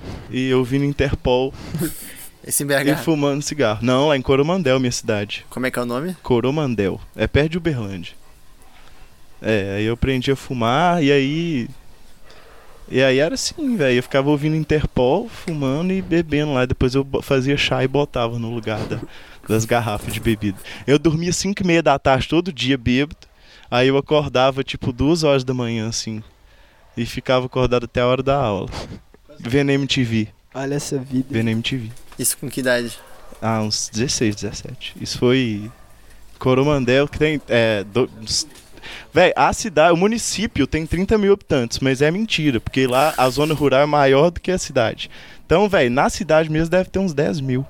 e eu vi no Interpol Esse em B e H. fumando cigarro. Não, lá em Coromandel, minha cidade. Como é que é o nome? Coromandel. É perto de Uberlândia. É, aí eu aprendi a fumar e aí... E aí era assim, velho. Eu ficava ouvindo Interpol, fumando e bebendo lá. Depois eu bo- fazia chá e botava no lugar da- das garrafas de bebida. Eu dormia cinco e meia da tarde todo dia bêbado. Aí eu acordava tipo duas horas da manhã, assim. E ficava acordado até a hora da aula. Vendo M T V. Olha essa vida. Vendo M T V. Isso com que idade? Ah, uns dezesseis, dezessete. Isso foi Coromandel, que tem... É, do, uns- véi, a cidade, o município tem trinta mil habitantes, mas é mentira, porque lá a zona rural é maior do que a cidade. Então, velho, na cidade mesmo deve ter uns dez mil.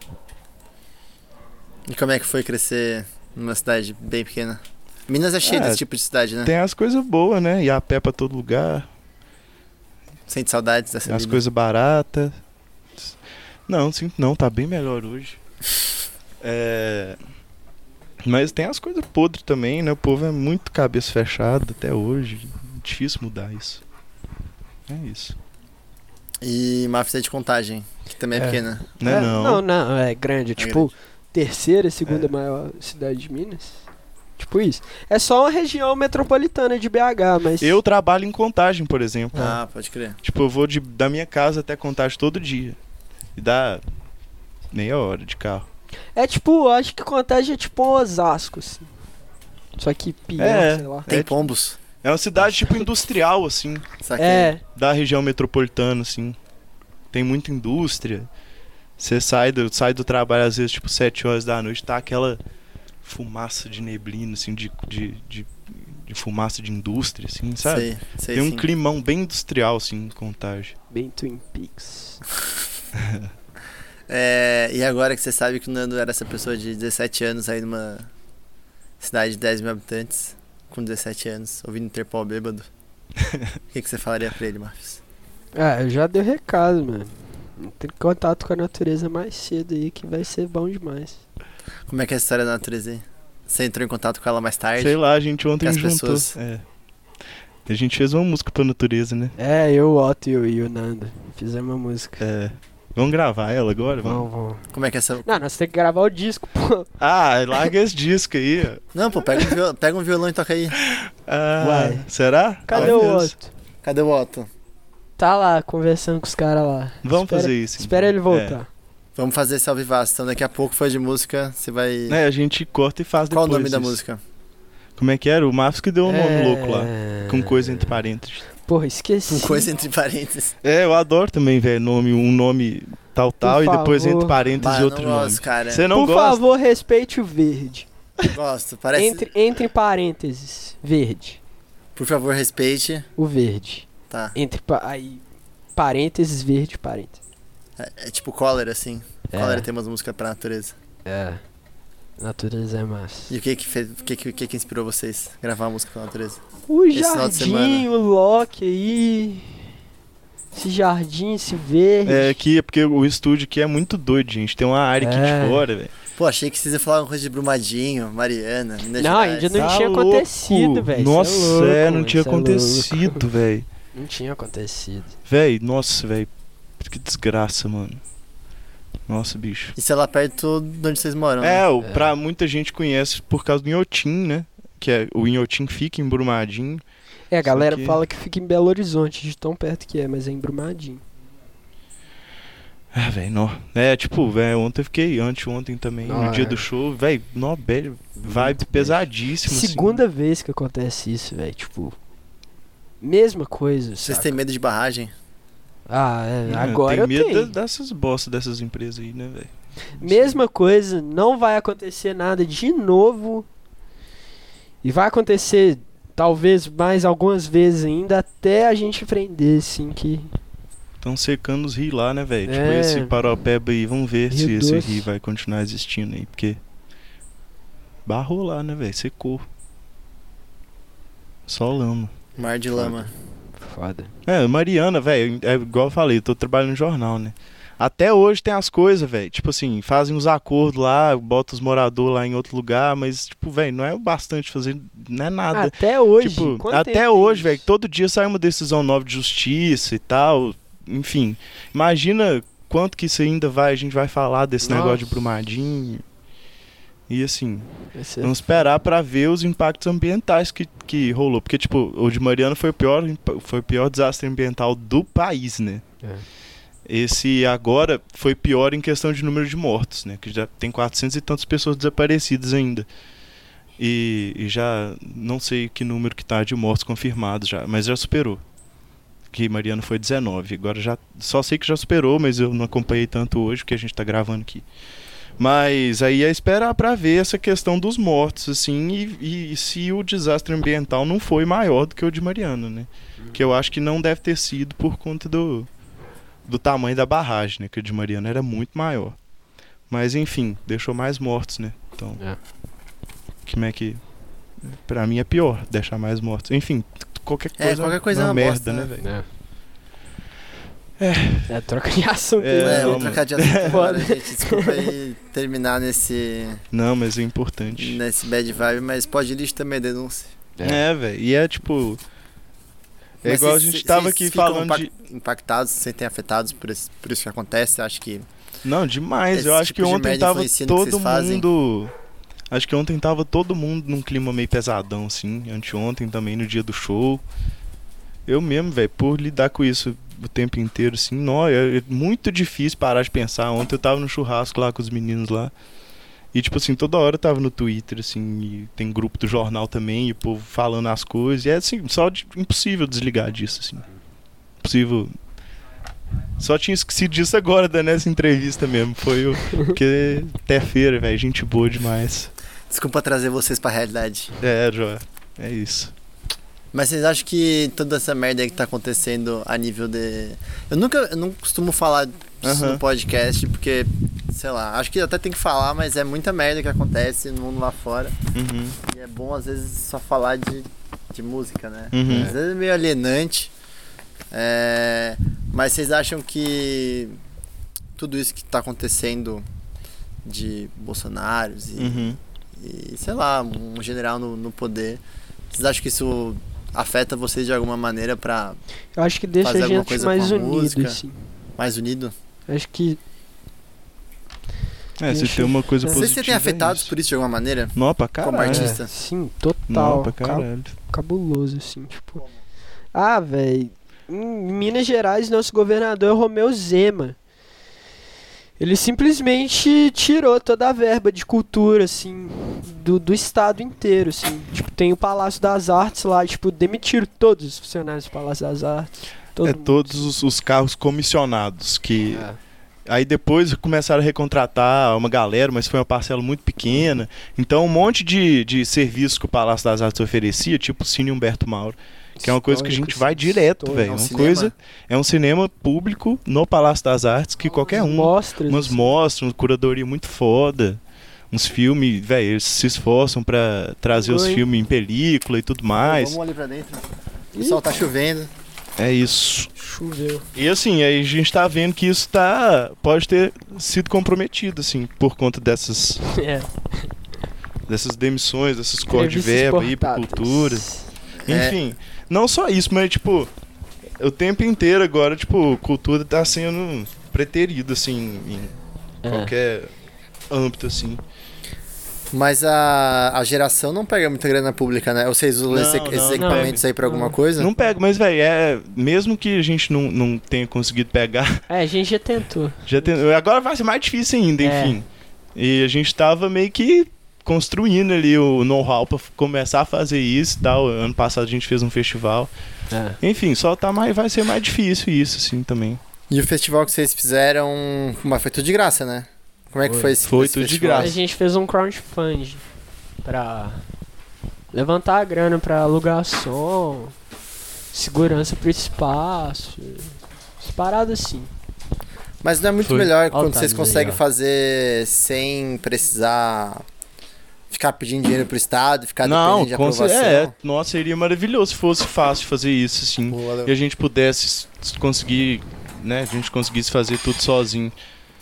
E como é que foi crescer numa cidade bem pequena? Minas é cheia É, desse tipo de cidade, né? Tem as coisas boas, né? Ir a pé pra todo lugar, Sente saudades dessa as vida. coisas baratas. Não, sim, não, tá bem melhor hoje. É... Mas tem as coisas podres também, né? O povo é muito cabeça fechada até hoje. Difícil mudar isso. É isso. E Mafra é de Contagem, que também é, É. pequena. Não é não. Não, não, é grande. É tipo, grande. terceira, segunda É. maior cidade de Minas. Tipo isso. É só uma região metropolitana de B H, mas... Eu trabalho em Contagem, por exemplo. Ah, pode crer. Tipo, eu vou de, da minha casa até Contagem todo dia. E dá meia hora de carro. É tipo, acho que Contagem é tipo um Osasco, assim. Só que pior, É. sei lá. Tem É, pombos. É uma cidade tipo industrial, assim. Saquei. É, Da região metropolitana, assim. Tem muita indústria. Você sai do, sai do trabalho às vezes, tipo, sete horas da noite, tá aquela fumaça de neblina, assim, de, de, de, de fumaça de indústria, assim, sabe? Sei, sei Tem um sim. climão bem industrial, assim, em Contagem. bem Twin Peaks. É, e agora que você sabe que o Nando era essa pessoa de dezessete anos aí numa cidade de dez mil habitantes, com dezessete anos, ouvindo Interpol bêbado, o que, que você falaria pra ele, Marcos? Ah, eu já dei recado, mano. Tem contato com a natureza mais cedo aí, que vai ser bom demais. Como é que é a história da natureza aí? Você entrou em contato com ela mais tarde? Sei lá, a gente ontem com as juntou. pessoas. É. A gente fez uma música pra natureza, né? É, eu, o Otto e o, e o Nando fizemos uma música. É. Vamos gravar ela agora? Vamos. Vamos, vamos. Como é que é essa... Não, nós temos que gravar o disco, pô. Ah, larga esse disco aí. ó. Não, pô, pega um, violão, pega um violão e toca aí. Ah, Uai. será? Cadê Ah, o Deus. Otto? Cadê o Otto? Tá lá, conversando com os caras lá. Vamos Espera- fazer isso. então. Espera ele voltar. Vamos fazer esse ao vivaço. Então daqui a pouco foi de música, você vai... É, a gente corta e faz Qual depois o nome da isso. música? Como é que era? O Marcos que deu um nome É. louco lá. Com coisa entre parênteses. Porra, esqueci. Com coisa entre parênteses. É, eu adoro também, velho, nome, um nome tal, tal, e depois favor. entre parênteses Bah, outro não nome. gosto, cara. Você não Por gosta? favor, respeite o verde. Gosto. Parece... Entre, entre parênteses, verde. Por favor, respeite. O verde. Tá. Entre pa- aí, parênteses, verde, parênteses. É, é tipo cólera, assim. É. Cólera tem umas músicas pra natureza. É. Natureza é massa. E o que que, fez, o que, que, o que que inspirou vocês a gravar a música pra natureza? O Esse final de jardim, semana. o Loki aí. Esse jardim, esse verde. É, aqui é porque o estúdio aqui é muito doido, gente. Tem uma área aqui É. de fora, velho. Pô, achei que vocês iam falar uma coisa de Brumadinho, Mariana, Minas Não, Gerais. ainda não Tá tinha louco. acontecido, velho. Nossa, Cê é louco, é, não mano, tinha cê é louco. acontecido, velho. Não tinha acontecido. Véi, nossa, velho. Que desgraça, mano. Nossa, bicho. Isso é lá perto de onde vocês moram, É, né? o, É. pra muita gente conhece por causa do Inhotim, né? Que é, o Inhotim fica em Brumadinho. É, a Só galera que- fala que fica em Belo Horizonte, de tão perto que é, mas é em Brumadinho. Ah, velho, não. É, tipo, velho, ontem eu fiquei, anteontem também, Não, no dia é. do show, velho, nó, velho, vibe Muito pesadíssimo, assim. Segunda vez que acontece isso, velho. Tipo, mesma coisa. Vocês saca? têm medo de barragem? Ah, é, Não, agora eu tenho medo tenho. da- dessas bostas dessas empresas aí, né, velho? Mesma coisa, não vai acontecer nada de novo. E vai acontecer, talvez, mais algumas vezes ainda, até a gente aprender, assim, que... Estão secando os rios lá, né, velho? Tipo, É. esse Paropeba aí, vamos ver Rio se esse Doce. rio vai continuar existindo aí, porque barrou lá, né, velho? Secou. Só lama. Mar de lama. Foda. É, Mariana, velho, é igual eu falei, eu tô trabalhando no jornal, né? Até hoje tem as coisas, velho. Tipo assim, fazem os acordos lá, botam os moradores lá em outro lugar, mas, tipo, velho, não é o bastante fazer, não é nada. Até hoje. Tipo, quanto até tempo tem hoje, isso? velho, todo dia sai uma decisão nova de justiça e tal. enfim, imagina quanto que isso ainda vai, a gente vai falar desse Nossa. negócio de Brumadinho. E assim, Esse é- vamos esperar pra ver os impactos ambientais que, que rolou. Porque, tipo, o de Mariana foi o pior, foi o pior desastre ambiental do país, né? É. Esse agora foi pior em questão de número de mortos, né? Que já tem quatrocentas e tantas pessoas desaparecidas ainda. E, e já não sei que número que tá de mortos confirmados já, mas já superou. Que Mariana foi dezenove. Agora já só sei que já superou, mas eu não acompanhei tanto hoje porque a gente tá gravando aqui. Mas aí é esperar pra ver essa questão dos mortos, assim, e, e se o desastre ambiental não foi maior do que o de Mariana, né? Que eu acho que não deve ter sido por conta do, do tamanho da barragem, né? Que o de Mariana era muito maior. Mas enfim, deixou mais mortos, né? Então, É. como é que... Pra mim é pior deixar mais mortos. Enfim, qualquer É, coisa, qualquer coisa é é uma uma merda, bosta, né, né? velho? É. É, troca de assunto. É, né? É, vamos não, trocar de assunto agora, Foda. gente. Desculpa aí terminar nesse, Não, mas é importante. nesse bad vibe, mas pode lixo também é denúncia. É, velho. E é tipo... É Mas igual a vocês- gente tava vocês aqui ficam falando impact- de... impactados, se sentem afetados por, esse, por isso que acontece? Acho que Não, demais. Esse Eu acho tipo que de ontem merda tava influencia no que todo vocês fazem? mundo... Acho que ontem tava todo mundo num clima meio pesadão, assim. Anteontem também, no dia do show. Eu mesmo, velho, por lidar com isso o tempo inteiro, assim, não, é, é muito difícil parar de pensar. Ontem eu tava no churrasco lá com os meninos lá. E, tipo assim, toda hora eu tava no Twitter, assim, e tem grupo do jornal também, e o povo falando as coisas. E é, assim, só de- impossível desligar disso, assim. Impossível. Só tinha esquecido disso agora, dando essa entrevista mesmo. Foi o... Porque até feira, velho, gente boa demais. desculpa trazer vocês pra realidade. É, Joé, é isso. Mas vocês acham que toda essa merda aí que tá acontecendo a nível de... Eu nunca, eu não costumo falar disso Aham. no podcast, porque, sei lá, acho que até tem que falar, mas é muita merda que acontece no mundo lá fora. Uhum. E é bom, às vezes, só falar de, de música, né? Uhum. Às vezes é meio alienante. É, mas vocês acham que tudo isso que tá acontecendo de Bolsonaros e, Uhum. e sei lá, um general no, no poder, vocês acham que isso afeta vocês de alguma maneira pra Eu acho que deixa Fazer a alguma gente coisa mais com a unido, música? assim. mais unido? Acho que É, se Deixa- tem uma coisa Não positiva. Vocês se sentem afetados é isso. por isso de alguma maneira? Não, pra caralho. Como artista. é, sim, total. Não, pra ca- caralho. cabuloso, assim, tipo. Ah, velho. Em Minas Gerais, nosso governador é o Romeu Zema. Ele simplesmente tirou toda a verba de cultura, assim, do, do estado inteiro, assim. Tipo, tem o Palácio das Artes lá, tipo, demitiram todos os funcionários do Palácio das Artes. Todo É mundo. todos os, os carros comissionados que... É. Aí depois começaram a recontratar uma galera, mas foi uma parcela muito pequena. Então um monte de, de serviços que o Palácio das Artes oferecia, tipo o Cine Humberto Mauro, que é uma coisa que a gente Histórico, vai assim, direto, histórico. velho. É um Uma cinema? coisa, é um cinema público no Palácio das Artes que qualquer um, Mostras, umas assim. mostras, uma curadoria muito foda, uns filmes, velho, eles se esforçam pra trazer os Oi. filmes em película e tudo mais. Vamos ali pra dentro. O Ih, sol tá chovendo. É isso. choveu. E assim, aí a gente tá vendo que isso tá, pode ter sido comprometido, assim, por conta dessas, É. dessas demissões, desses cortes de Entrevistas verba aí pra cortadas. cultura. É. Enfim, não só isso, mas tipo, o tempo inteiro agora, tipo, cultura tá sendo preterido, assim, em É. qualquer âmbito, assim. Mas a, a geração não pega muita grana pública, né? Ou vocês usam Não, esse- não, esses não equipamentos aí pra alguma Não. coisa? Não pega, mas, velho, é, mesmo que a gente não, não tenha conseguido pegar, É, a gente já tentou. já tem, agora vai ser mais difícil ainda, É. enfim. E a gente tava meio que construindo ali o know-how pra f- começar a fazer isso e tal. Ano passado a gente fez um festival. É. Enfim, só tá mais, vai ser mais difícil isso, assim, também. E o festival que vocês fizeram, mas foi tudo de graça, né? Como é que Foi. foi esse Foi esse tudo de festival? A graça. gente fez um crowdfunding pra levantar a grana pra alugar som, segurança pro espaço, as paradas assim. Mas não é muito Foi. melhor quando Ó, tá vocês aí, conseguem ó. fazer sem precisar ficar pedindo dinheiro pro Estado, ficar Não, dependendo de com cer- aprovação? é, nossa, seria maravilhoso se fosse fácil fazer isso, assim. Pô, valeu. E a gente pudesse s- s- conseguir, né, a gente conseguisse fazer tudo sozinho.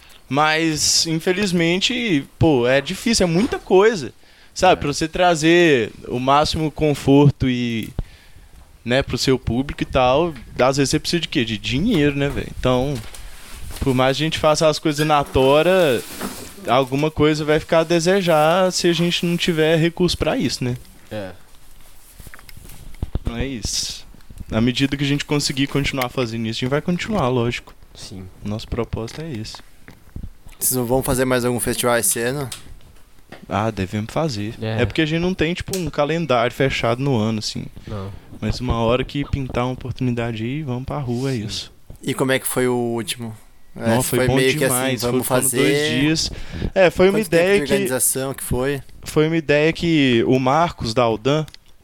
Mas, infelizmente, pô, é difícil, é muita coisa. Sabe, É. pra você trazer o máximo conforto e, né, pro seu público e tal, às vezes você precisa de quê? De dinheiro, né, velho? Então, por mais que a gente faça as coisas na tora, alguma coisa vai ficar a desejar se a gente não tiver recurso pra isso, né? É. Não é isso. À medida que a gente conseguir continuar fazendo isso, a gente vai continuar, lógico. Sim. Nosso propósito é esse. Vocês não vão fazer mais algum festival esse ano? Ah, devemos fazer. É. É porque a gente não tem, tipo, um calendário fechado no ano, assim. Não. Mas uma hora que pintar uma oportunidade aí, vamos pra rua, é isso. E como é que foi o último? É, Não, foi, bom meio demais. que assim, vamos foi, fazer. Foram dois dias. É, foi uma Quanto tempo ideia de que... organização que foi? Foi uma ideia que o Marcos da Aldan,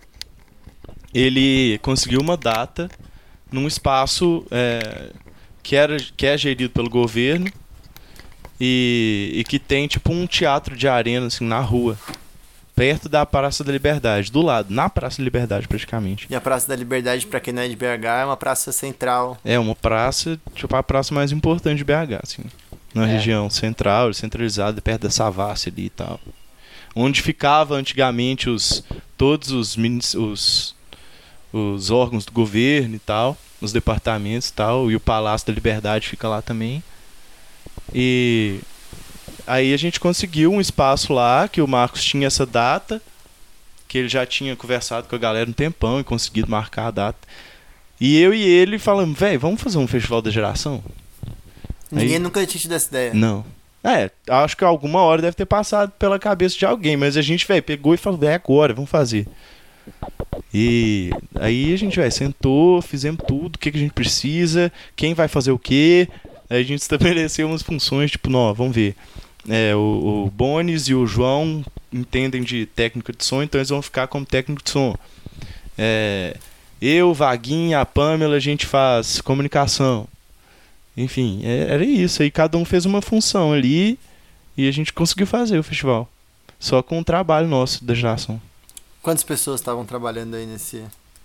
ele conseguiu uma data num espaço é, que, era, que é gerido pelo governo e, e que tem tipo um teatro de arena assim, na rua, perto da Praça da Liberdade, do lado, na Praça da Liberdade praticamente. E a Praça da Liberdade, pra quem não é de B H, é uma praça central. É uma praça, tipo a praça mais importante de B H, assim, na É. região central, centralizada, perto da Savassi ali e tal. Onde ficava antigamente os, todos os, minis- os, os órgãos do governo e tal, os departamentos e tal, e o Palácio da Liberdade fica lá também. E aí a gente conseguiu um espaço lá, que o Marcos tinha essa data, que ele já tinha conversado com a galera um tempão e conseguido marcar a data. E eu e ele falamos, velho, vamos fazer um festival da geração? Ninguém Aí- nunca tinha tido essa ideia. Não. É, acho que alguma hora deve ter passado pela cabeça de alguém, mas a gente, velho, pegou e falou, é agora, vamos fazer. E aí a gente, velho, sentou, fizemos tudo, o que, que a gente precisa, quem vai fazer o quê. Aí a gente estabeleceu umas funções, tipo, não, vamos ver. É, o, o Bones e o João entendem de técnica de som, então eles vão ficar como técnico de som. É, eu, Vaguinha, a Pamela, a gente faz comunicação. Enfim, é- era isso. Aí cada um fez uma função ali e a gente conseguiu fazer o festival. Só com o trabalho nosso da geração. Quantas pessoas estavam trabalhando aí nesse...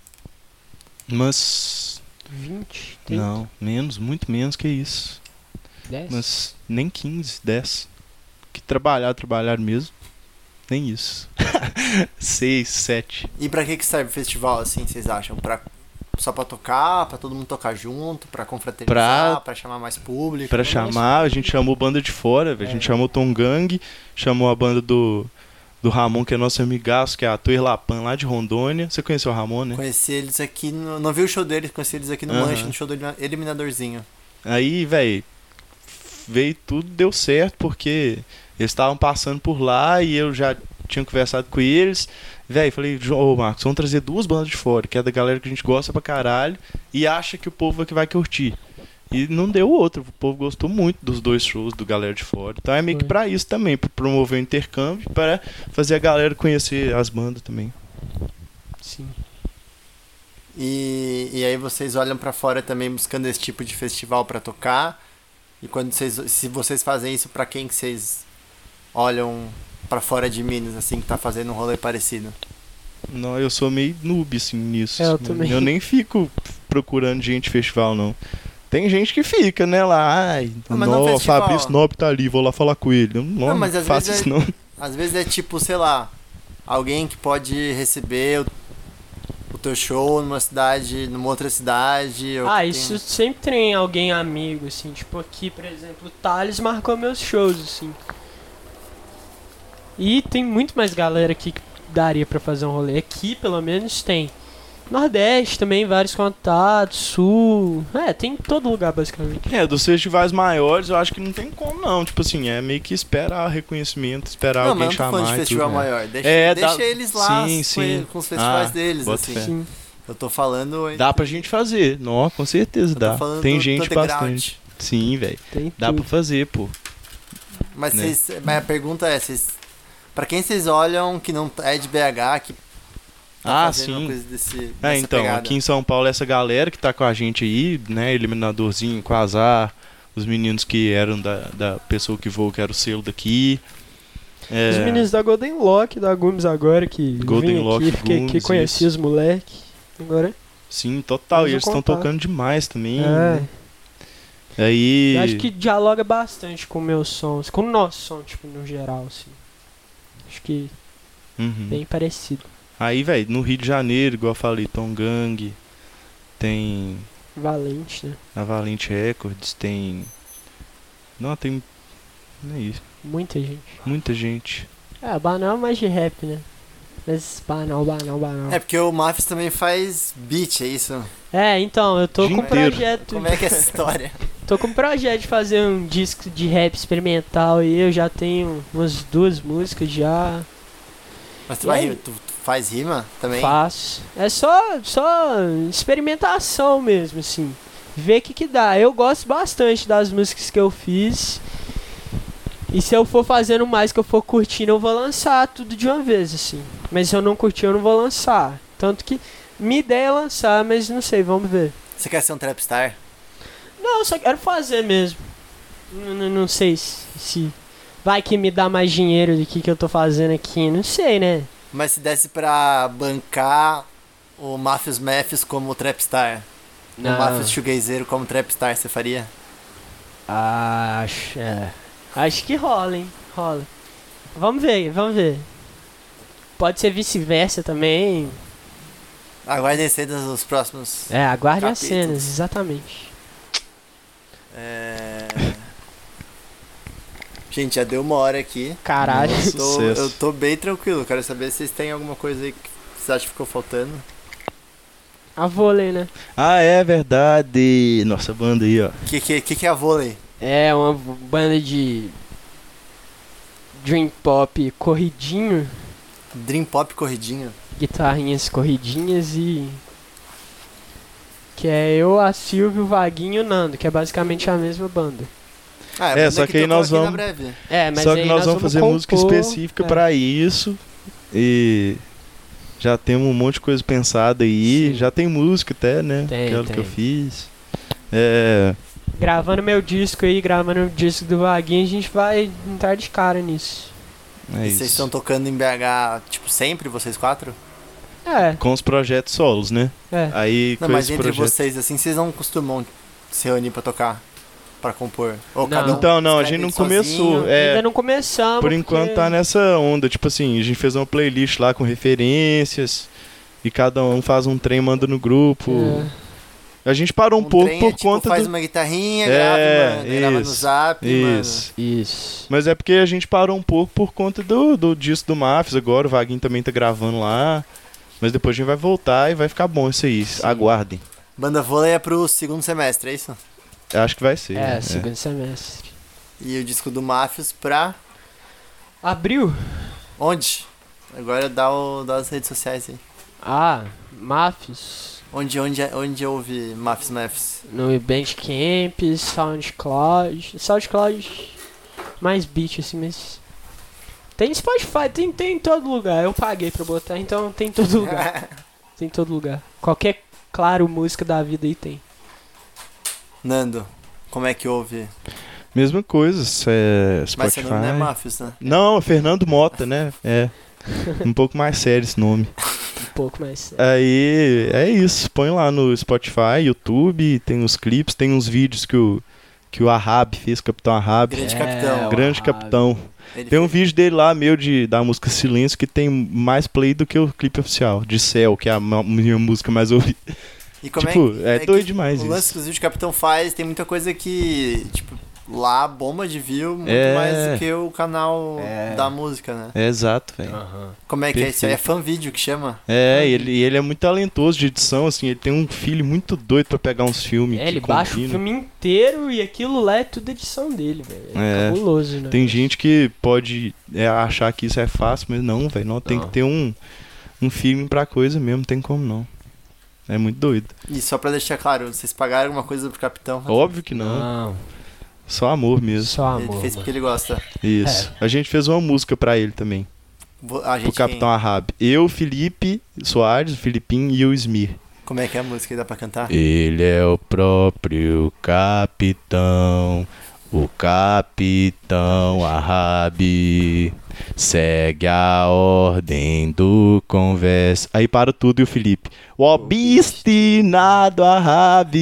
Mas. vinte, trinta, Não, menos, muito menos que isso. dez? Mas nem quinze, dez. Que trabalhar, trabalhar mesmo. Nem isso. seis, sete. E pra que que serve o festival, assim, vocês acham? Pra... Só pra tocar, pra todo mundo tocar junto, pra confraternizar, Pra- pra chamar mais público? Pra Não, chamar, a gente chamou banda de fora, velho. A gente chamou Tom Gang, chamou a banda do, do Ramon, que é nosso amigaço, que é a Tuir Lapan, lá de Rondônia. Você conheceu o Ramon, né? Conheci eles aqui, no... não vi o show deles, conheci eles aqui no Aham. Manche, no show do Elimina- Eliminadorzinho. Aí, velho, veio tudo, deu certo, porque eles estavam passando por lá e eu já tinha conversado com eles. Velho, falei, ô Marcos, vamos trazer duas bandas de fora, que é da galera que a gente gosta pra caralho e acha que o povo é que vai curtir. E não deu outro, o povo gostou muito dos dois shows do galera de fora. Então é meio que Foi. pra isso também, pra promover o intercâmbio, para fazer a galera conhecer as bandas também. Sim. E, e aí vocês olham pra fora também buscando esse tipo de festival pra tocar. E quando vocês, se vocês fazem isso, pra quem que vocês olham pra fora de Minas, assim, que tá fazendo um rolê parecido? Não, eu sou meio noob assim nisso. É, eu também. Eu nem fico procurando gente de festival, não. Tem gente que fica, né, lá, ai, Ah, mas não não, festival. Fabrício Nobre tá ali, vou lá falar com ele. Eu não, Não, mas às faço vezes isso é- não. Às vezes é tipo, sei lá, alguém que pode receber o, o teu show numa cidade, numa outra cidade. ou Ah, que isso tem- sempre tem alguém amigo, assim, tipo aqui, por exemplo, o Thales marcou meus shows, assim. E tem muito mais galera aqui que daria pra fazer um rolê. Aqui, pelo menos, tem. Nordeste também, vários contatos, Sul. É, tem em todo lugar, basicamente. É, dos festivais maiores eu acho que não tem como não. Tipo assim, é meio que esperar reconhecimento, esperar Não, alguém mas eu não tô chamar falando de e festival tudo, né? maior. Deixa, É, deixa dá- eles lá sim, com, sim. com os festivais Ah, deles, bota assim. fé. Sim. Eu tô falando. Dá pra gente fazer. Não, com certeza eu tô dá. falando Tem do- do gente underground. bastante. Sim, velho. Tem Dá pra tudo. fazer, pô. Mas, né? vocês, mas a pergunta é, vocês, pra quem vocês olham que não é de B H, que tá Ah, fazendo uma sim. coisa desse, É, dessa então, pegada? aqui em São Paulo, essa galera que tá com a gente aí, né, Eliminadorzinho, Quasar, os meninos que eram da, da pessoa que voa, que era o selo daqui. É, Os meninos da Golden Lock, da Gumes agora, que Golden vim Lock, aqui, que, que Gumes, conhecia isso. os moleque. Agora, Sim, total. Temos E um eles estão contato. tocando demais também. é. né? Aí. Eu acho que dialoga bastante com meus sons, com o nosso som, tipo, no geral, assim. Acho que Uhum. bem parecido. Aí, velho, no Rio de Janeiro, igual eu falei, Tom Gang, tem Valente, né? a Valente Records, tem... Não, tem... Não é isso. Muita gente. Muita gente. É, banal mais de rap, né? Mas banal, banal, banal. É porque o Mafis também faz beat, é isso? É, então, eu tô Dia com um inteiro. projeto. Como é que é essa história? Tô com um projeto de fazer um disco de rap experimental e eu já tenho umas duas músicas já. Mas tu, E vai, aí? ri- tu, tu faz rima também? Faço. É só, só experimentação mesmo, assim. Ver o que que dá. Eu gosto bastante das músicas que eu fiz. E se eu for fazendo mais, que eu for curtindo, eu vou lançar tudo de uma vez, assim. Mas se eu não curtir, eu não vou lançar. Tanto que minha ideia é lançar, mas não sei, vamos ver. Você quer ser um trapstar? Não, eu só quero fazer mesmo. N- n- Não sei se, se vai que me dá mais dinheiro do que que eu tô fazendo aqui. Não sei, né? Mas se desse pra bancar o Mafios Mafios como trapstar, o Mafios Shoegazeiro como trapstar, você faria? Acho, é. Acho que rola, hein? Rola. Vamos ver, vamos ver. Pode ser vice-versa também. Aguardem cenas dos próximos. É, aguarde as Capítulos. cenas, exatamente. É... Gente, já deu uma hora aqui. Caralho. Nossa. Eu tô, Sucesso. eu tô bem tranquilo. Quero saber se vocês têm alguma coisa aí que vocês acham que ficou faltando. A vôlei, né? Ah, é verdade. Nossa banda aí, ó. O que, que, que, que é a vôlei? É uma banda de Dream Pop corridinho, Dream Pop corridinho. guitarrinhas corridinhas e que é eu, a Silvio, o Vaguinho e o Nando, que é basicamente a mesma banda. Ah, a É, banda só que aí tocou nós aqui na vamos- Breve. É, mas Só que aí nós vamos fazer compor, música específica é. pra isso. E já temos um monte de coisa pensada aí. Sim. Já tem música até, né? Tem, Aquela tem. que eu fiz. É. Gravando meu disco aí, gravando o disco do Vaguinho, a gente vai entrar de cara nisso. É E isso. vocês estão tocando em B H, tipo, sempre, vocês quatro? É, Com os projetos solos, né? é. Aí Não, com mas esse entre projeto. vocês, assim, vocês não costumam se reunir pra tocar? Pra compor? Ou Não. cada um Então, não, a escreve gente não sozinho? começou. É, Ainda não começamos. por enquanto porque- tá nessa onda. Tipo assim, a gente fez uma playlist lá com referências. E cada um faz um trem e manda no grupo. É. A gente parou um, Um pouco trem por é, tipo, conta faz do... uma guitarrinha, É, grava, mano, grava no isso, zap, Isso. Isso. Mas é porque a gente parou um pouco por conta do, do disco do Mafis agora. O Vaguinho também tá gravando lá. Mas depois a gente vai voltar e vai ficar bom isso aí. Aguardem. mano. Banda vôlei é pro segundo semestre, é isso? Eu acho que vai ser. É, né? segundo semestre. E o disco do Mafios pra Abril? onde? Agora dá, o, dá as redes sociais aí. Ah, Mafios. Onde, onde, onde ouve Mafios Mafios? No Bandcamp, SoundCloud. SoundCloud mais beat assim, mas. Tem Spotify, tem, tem em todo lugar. Eu paguei pra botar, então tem em todo lugar. Tem em todo lugar. Qualquer, claro, música da vida aí tem. Nando, como é que ouve? Mesma coisa. É, Mas Spotify. seu nome não é Mafios, né? Não, é Fernando Mota, né? É. Um pouco mais sério esse nome. Um pouco mais. Aí é isso. Põe lá no Spotify, YouTube, tem os clipes, tem uns vídeos que o, que o Ahab fez, o Capitão Ahab. Grande É, capitão. o Grande Ahab. capitão. Ele Tem um fez- vídeo dele lá, meu, de, da música Silêncio, que tem mais play do que o clipe oficial, de Céu, que é a ma- minha música mais ouvida. E como tipo, é, é, que- doido que demais o lance isso. que os vídeos que o Capitão faz, tem muita coisa que, tipo, lá bomba de view muito É. mais do que o canal É. da música, né? É exato, velho. Aham. Como é que é isso? aí? É Perfeito. fan vídeo que chama? É, e ele, e ele é muito talentoso de edição, assim, ele tem um filho muito doido pra pegar uns filmes. É, que ele baixa o combinam. filme inteiro e aquilo lá é tudo edição dele, velho. É, É. cabuloso, né? Tem gente que pode é, achar que isso é fácil, mas não, velho. Não, tem Não. que ter um, um filme pra coisa mesmo, não tem como não. É muito doido. E só pra deixar claro, vocês pagaram alguma coisa pro Capitão? Óbvio que não. Não, Só amor mesmo. só Ele amor. fez mano. porque ele gosta. Isso. A gente fez uma música pra ele também. Vo- A Pro gente Capitão Ahab. Eu, Felipe Soares, o Filipinho e o Smir. Como é que é a música aí? Dá pra cantar? Ele é o próprio capitão, o capitão Ahab. Segue a ordem do conversa. Aí para tudo e o Felipe. O obstinado Ahab.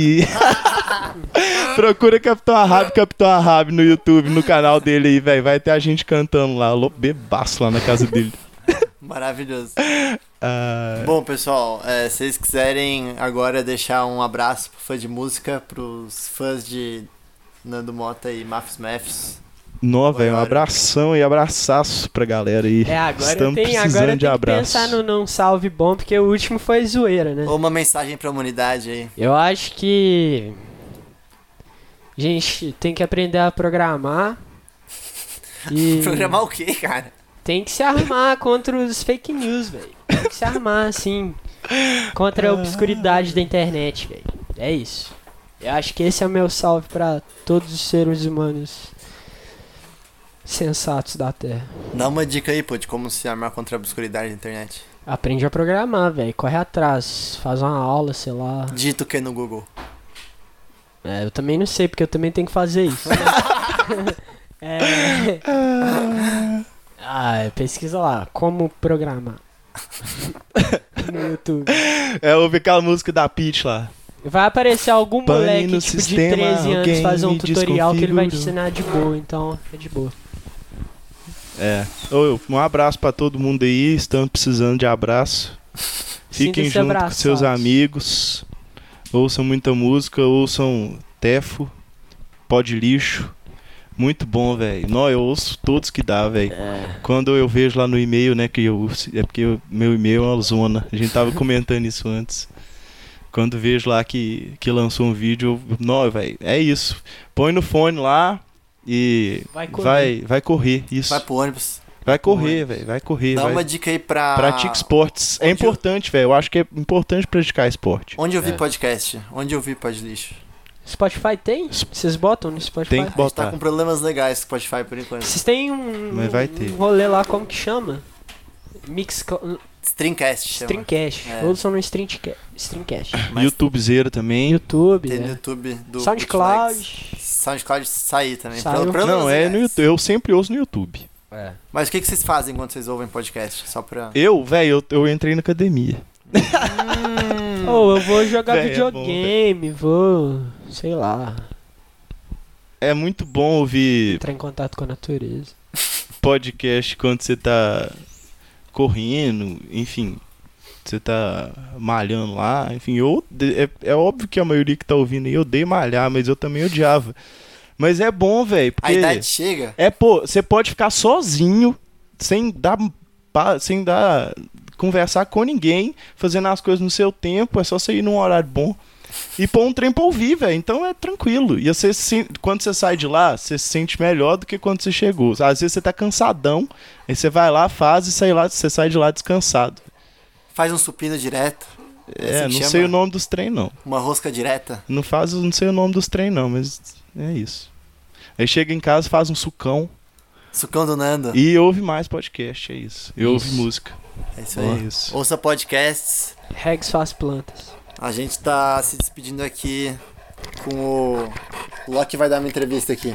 Procura Capitão Ahab, Capitão Ahab no YouTube, no canal dele aí, velho. Vai ter a gente cantando lá, louco, bebaço lá na casa dele. Maravilhoso. Ah, Bom, pessoal, é, se vocês quiserem agora deixar um abraço pro fã de música, pros fãs de Nando Mota e Mafis Mafis. Nó, velho, um Agora. abração e abraçaço pra galera aí. É, agora Estamos tem, precisando agora de tem que abraço. pensar no não salve bom, porque o último foi zoeira, né? Ou uma mensagem pra humanidade aí. Eu acho que a gente tem que aprender a programar e Programar o quê, cara? tem que se armar contra os fake news, velho. Tem que se armar, assim, contra a obscuridade da internet, velho. É isso. Eu acho que esse é o meu salve pra todos os seres humanos sensatos da Terra. Dá uma dica aí, pô, de como se armar contra a obscuridade da internet. Aprende a programar, velho. Corre atrás. Faz uma aula, sei lá. Dito que no Google. É, eu também não sei, porque eu também tenho que fazer isso. é... Ah, pesquisa lá. Como programar. No YouTube. É, ouve aquela música da Peach lá. Vai aparecer algum Pane moleque no tipo, sistema, de treze anos alguém fazer um me tutorial que ele vai te desconfigurou. ensinar de boa, então é de boa. É. Ô, um abraço pra todo mundo aí, estamos precisando de abraço. Fiquem Sinta-se junto com abraçados. seus amigos. Ouçam muita música, ouçam Tefo, Pó de Lixo. Muito bom, velho. Não, eu ouço todos que dá, velho. É. Quando eu vejo lá no e-mail, né, que eu é porque o meu e-mail é uma zona. A gente tava comentando isso antes. Quando vejo lá que, que lançou um vídeo, eu, não, velho, é isso. Põe no fone lá e Vai correr. vai, vai correr, isso. Vai pro ônibus. Vai correr, velho, vai correr. Dá vai. uma dica aí pra... Pratique esportes. É Onde eu- importante, velho. Eu acho que é importante praticar esporte. Onde eu vi É. podcast? Onde eu vi Pod Lixo? Spotify tem? Vocês botam no Spotify? Tem que A gente tá botar. com problemas legais com o Spotify por enquanto. Vocês têm um, Mas vai ter. um rolê lá, como que chama? Mix... Streamcast chama. Streamcast. É. Ouçam no Streamca- Streamcast. Mas YouTubezeira também. YouTube, tem no é. YouTube do SoundCloud. Bootlegs. SoundCloud sair também. Saiu. Pro- problemas Não, é legais. no YouTube. Eu sempre ouço no YouTube. É. Mas o que, que vocês fazem quando vocês ouvem podcast? Só pra... Eu, velho, eu, eu entrei na academia. Ou eu vou jogar Véi, é bom, videogame, vou... sei lá... É muito bom ouvir entrar em contato com a natureza. podcast quando você tá correndo, enfim, você tá malhando lá, enfim, eu, é, é óbvio que a maioria que tá ouvindo aí odeia malhar, mas eu também odiava. Mas é bom, velho, A porque idade chega? é, pô, você pode ficar sozinho, sem dar, pa- sem dar, conversar com ninguém, fazendo as coisas no seu tempo, é só você ir num horário bom. E pôr um trem pra ouvir, velho. Então é tranquilo. E você, se- quando você sai de lá, você se sente melhor do que quando você chegou. Às vezes você tá cansadão, aí você vai lá, faz e sai lá, você sai de lá descansado. Faz um supino direto. É, assim que não chama? sei o nome dos trem, não. Uma rosca direta. Não faz, não sei o nome dos trem, não, mas é isso. Aí chega em casa, faz um sucão Sucão do Nando. e ouve mais podcast, é isso. E ouve Isso. música. É isso É aí. isso. Ouça podcasts. Regs faz plantas. A gente tá se despedindo aqui com o... O Loki vai dar uma entrevista aqui.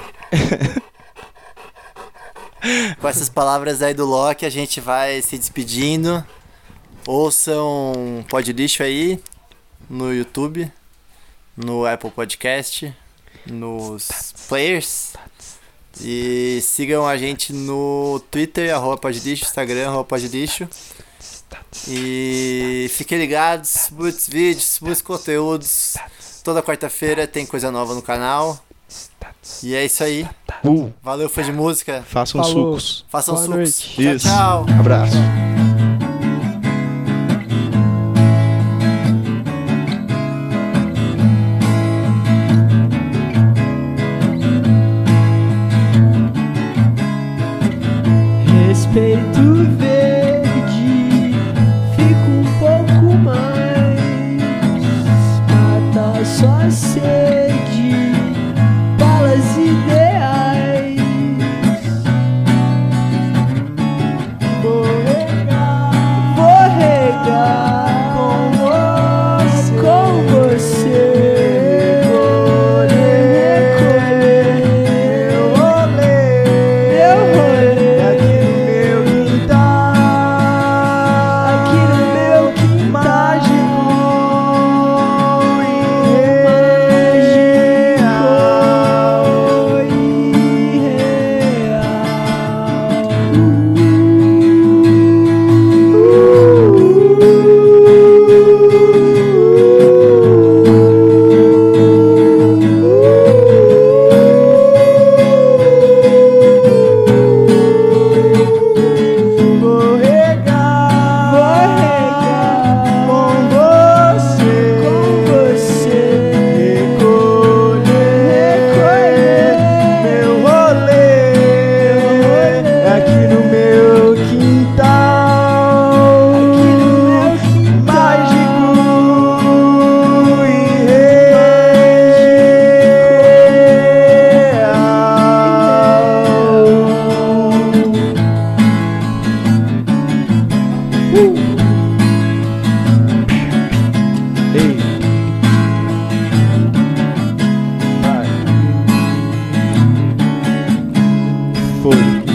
Com essas palavras aí do Loki, a gente vai se despedindo. Ouçam Pod Lixo aí no YouTube, no Apple Podcast, nos players. E sigam a gente no Twitter, arroba Podlixo, Instagram, arroba Podlixo. E fiquem ligados, muitos vídeos, muitos conteúdos. Toda quarta-feira tem coisa nova no canal. E é isso aí. Uh, Valeu, fã de música. façam Falou. sucos. Façam Boa sucos. noite. Tchau, Isso. tchau. Abraço. Respeito verde, fica um pouco mais. Mata só sede, balas ideais. Vou regar, vou regar com você, com você. Vou recolher meu rolê, meu rolê aqui no meu quintal, aqui no meu quintal. Mágico, mágico. Foi.